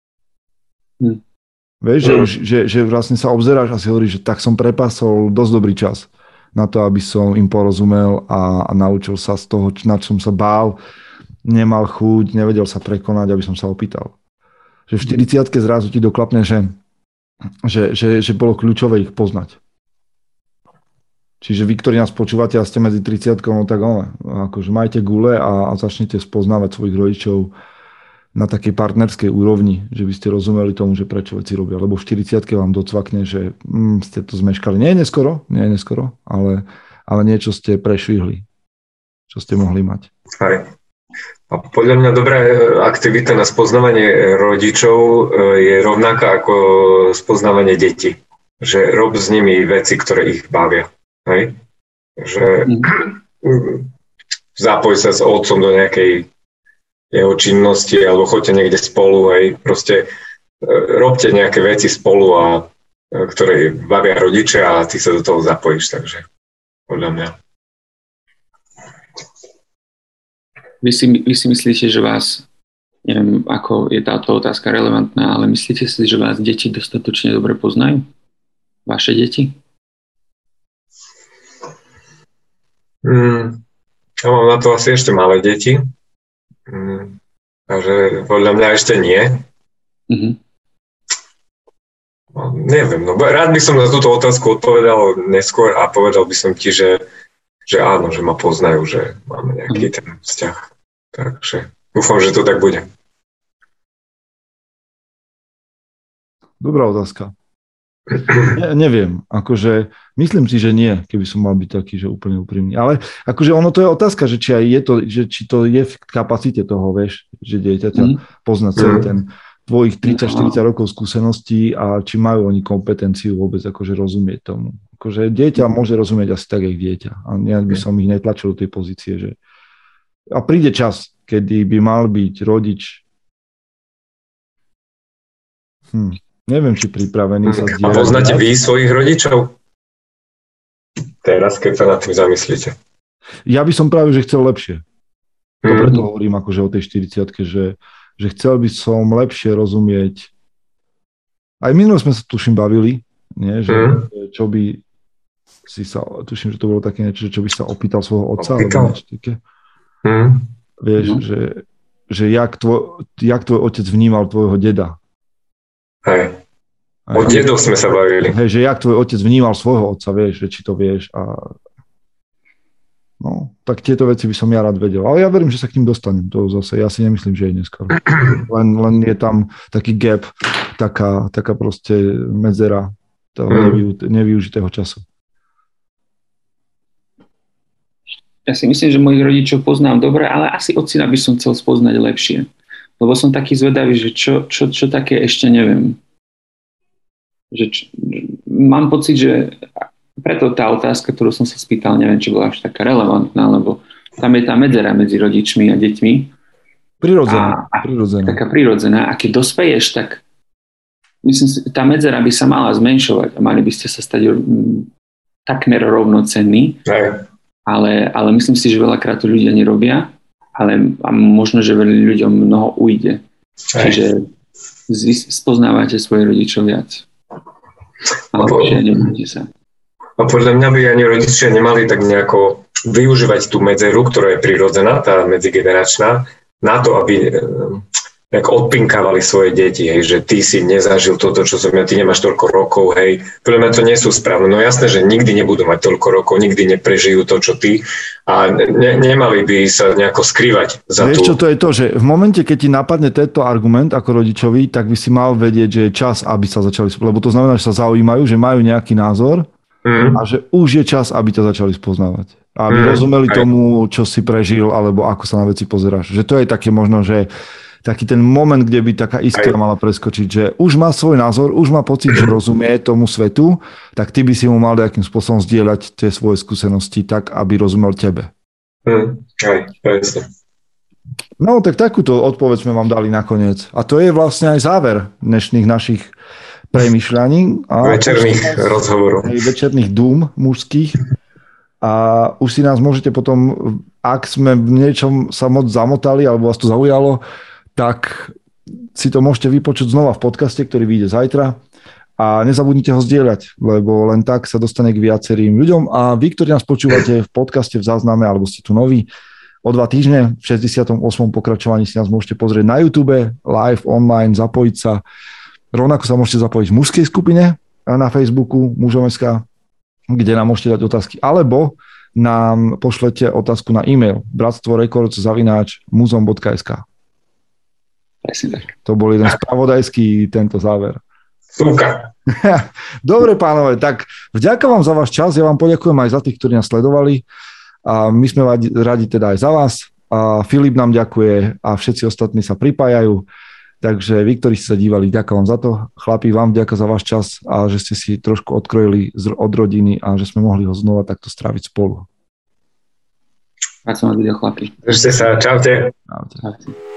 [SPEAKER 1] Vieš, že vlastne sa obzeráš a si hovoríš, že tak som prepasol dosť dobrý čas na to, aby som im porozumel a naučil sa z toho, na čo som sa bál, nemal chuť, nevedel sa prekonať, aby som sa opýtal. Že v 40-ke zrazu ti doklapne, že bolo kľúčové ich poznať. Čiže vy, ktorí nás počúvate a ste medzi 30-kou, no tak akože majte gule a začnite spoznávať svojich rodičov na takej partnerskej úrovni, že by ste rozumeli tomu, že prečo veci robia. Lebo v 40-ke vám docvakne, že ste to zmeškali. Nie je neskoro, ale niečo ste prešvihli, čo ste mohli mať.
[SPEAKER 2] Aj. A podľa mňa dobrá aktivita na spoznávanie rodičov je rovnaká ako spoznávanie detí. Že rob s nimi veci, ktoré ich bavia. Hej? Že zapoj sa s otcom do nejakej jeho činnosti alebo choďte niekde spolu, hej? Proste robte nejaké veci spolu, ktoré bavia rodičia a ty sa do toho zapojíš, takže podľa mňa.
[SPEAKER 3] Vy si myslíte, že vás, neviem, ako je táto otázka relevantná, ale myslíte si, že vás deti dostatočne dobre poznajú? Vaše deti?
[SPEAKER 2] Ja mám na to asi ešte malé deti, Takže podľa mňa ešte nie.
[SPEAKER 3] Mm-hmm.
[SPEAKER 2] No, neviem, no rád by som na túto otázku odpovedal neskôr a povedal by som ti, že áno, že ma poznajú, že máme nejaký ten vzťah. Takže dúfam, že to tak bude.
[SPEAKER 1] Dobrá otázka. Neviem, akože myslím si, že nie, keby som mal byť taký, že úplne úprimný. Ale akože ono to je otázka, že či aj je to, že či to je v kapacite toho, vieš, že dieťaťa pozná celý ten tvojich 30-40 rokov skúseností a či majú oni kompetenciu vôbec akože rozumieť tomu. Akože dieťa môže rozumieť asi tak, jak dieťa. A ja by som ich netlačil do tej pozície, že a príde čas, kedy by mal byť rodič neviem, či pripravený sa zdieľať.
[SPEAKER 2] A poznáte vy svojich rodičov? Teraz, keď sa nad tým zamyslíte.
[SPEAKER 1] Ja by som práve, že chcel lepšie. To preto hovorím akože o tej 40-ke, že chcel by som lepšie rozumieť. Aj minule sme sa tuším bavili, nie? Že čo by si sa, tuším, že to bolo také niečo, čo by sa opýtal svojho otca. Alebo niečo také. Vieš, že jak tvoj otec vnímal tvojho deda.
[SPEAKER 2] Hej. O dedoch sme sa bavili.
[SPEAKER 1] Hej, že jak tvoj otec vnímal svojho otca, vieš, že či to vieš. No, tak tieto veci by som ja rád vedel. Ale ja verím, že sa k tým dostanem. To zase, ja si nemyslím, že je neskoro. Len je tam taký gap, taká proste medzera toho nevyužitého času.
[SPEAKER 3] Ja si myslím, že mojich rodičov poznám dobre, ale asi od syna by som chcel spoznať lepšie. Lebo som taký zvedavý, že čo také ešte neviem. Mám pocit, že preto tá otázka, ktorú som sa spýtal, neviem, či bola až taká relevantná, lebo tam je tá medzera medzi rodičmi a deťmi.
[SPEAKER 1] Prirodzená.
[SPEAKER 3] Taká prirodzená. A keď dospeješ, tak myslím si, tá medzera by sa mala zmenšovať a mali by ste sa stať takmer rovnocenní. Ale myslím si, že veľakrát to ľudia nerobia. Ale možno, že veľa ľuďom mnoho ujde. Čiže spoznávate svoje rodičov viac. Ale nebudete sa.
[SPEAKER 2] A podľa mňa by ani rodičia nemali tak nejako využívať tú medzeru, ktorá je prirodzená, tá medzigeneračná, na to, aby odpinkávali svoje deti, hej, že ty si nezažil toto, čo som ja, ty nemáš toľko rokov, hej. Podľa mňa to nie sú správne. No jasné, že nikdy nebudú mať toľko rokov, nikdy neprežijú to, čo ty a nemali by sa nejako skrývať za
[SPEAKER 1] Vieš, čo to je to, že v momente, keď ti napadne tento argument ako rodičovi, tak by si mal vedieť, že je čas, aby sa začali, lebo to znamená, že sa zaujímajú, že majú nejaký názor a že už je čas, aby ťa začali spoznávať. A aby rozumeli tomu, čo si prežil, alebo ako sa na veci pozeráš. Že to je také možno, že taký ten moment, kde by taká iskra mala preskočiť, že už má svoj názor, už má pocit, že rozumie tomu svetu, tak ty by si mu mal nejakým spôsobom zdieľať tie svoje skúsenosti tak, aby rozumel tebe. No, tak takúto odpoveď sme vám dali nakoniec. A to je vlastne aj záver dnešných našich premýšľaní. A
[SPEAKER 2] večerných rozhovorov.
[SPEAKER 1] Večerných dúm mužských. A už si nás môžete potom, ak sme v niečom sa moc zamotali, alebo vás to zaujalo, tak si to môžete vypočuť znova v podcaste, ktorý vyjde zajtra a nezabudnite ho zdieľať, lebo len tak sa dostane k viacerým ľuďom a vy, ktorí nás počúvate v podcaste v zázname, alebo ste tu noví, o 2 týždne v 68. pokračovaní si nás môžete pozrieť na YouTube, live, online, zapojiť sa. Rovnako sa môžete zapojiť v mužskej skupine na Facebooku mužom.sk, kde nám môžete dať otázky, alebo nám pošlete otázku na e-mail bratstvorecords@muzom.sk. To bol jeden spravodajský tento záver.
[SPEAKER 2] Súka.
[SPEAKER 1] Dobre, pánové, tak vďaka vám za váš čas, ja vám poďakujem aj za tých, ktorí nás sledovali a my sme radi teda aj za vás a Filip nám ďakuje a všetci ostatní sa pripájajú, takže vy, ktorí ste sa dívali, ďakujem vám za to, chlapi, vám ďakujem za váš čas a že ste si trošku odkrojili od rodiny a že sme mohli ho znova takto stráviť spolu.
[SPEAKER 3] Ja som vás videl, chlapi.
[SPEAKER 2] Držte sa, čaute.
[SPEAKER 3] Čaute.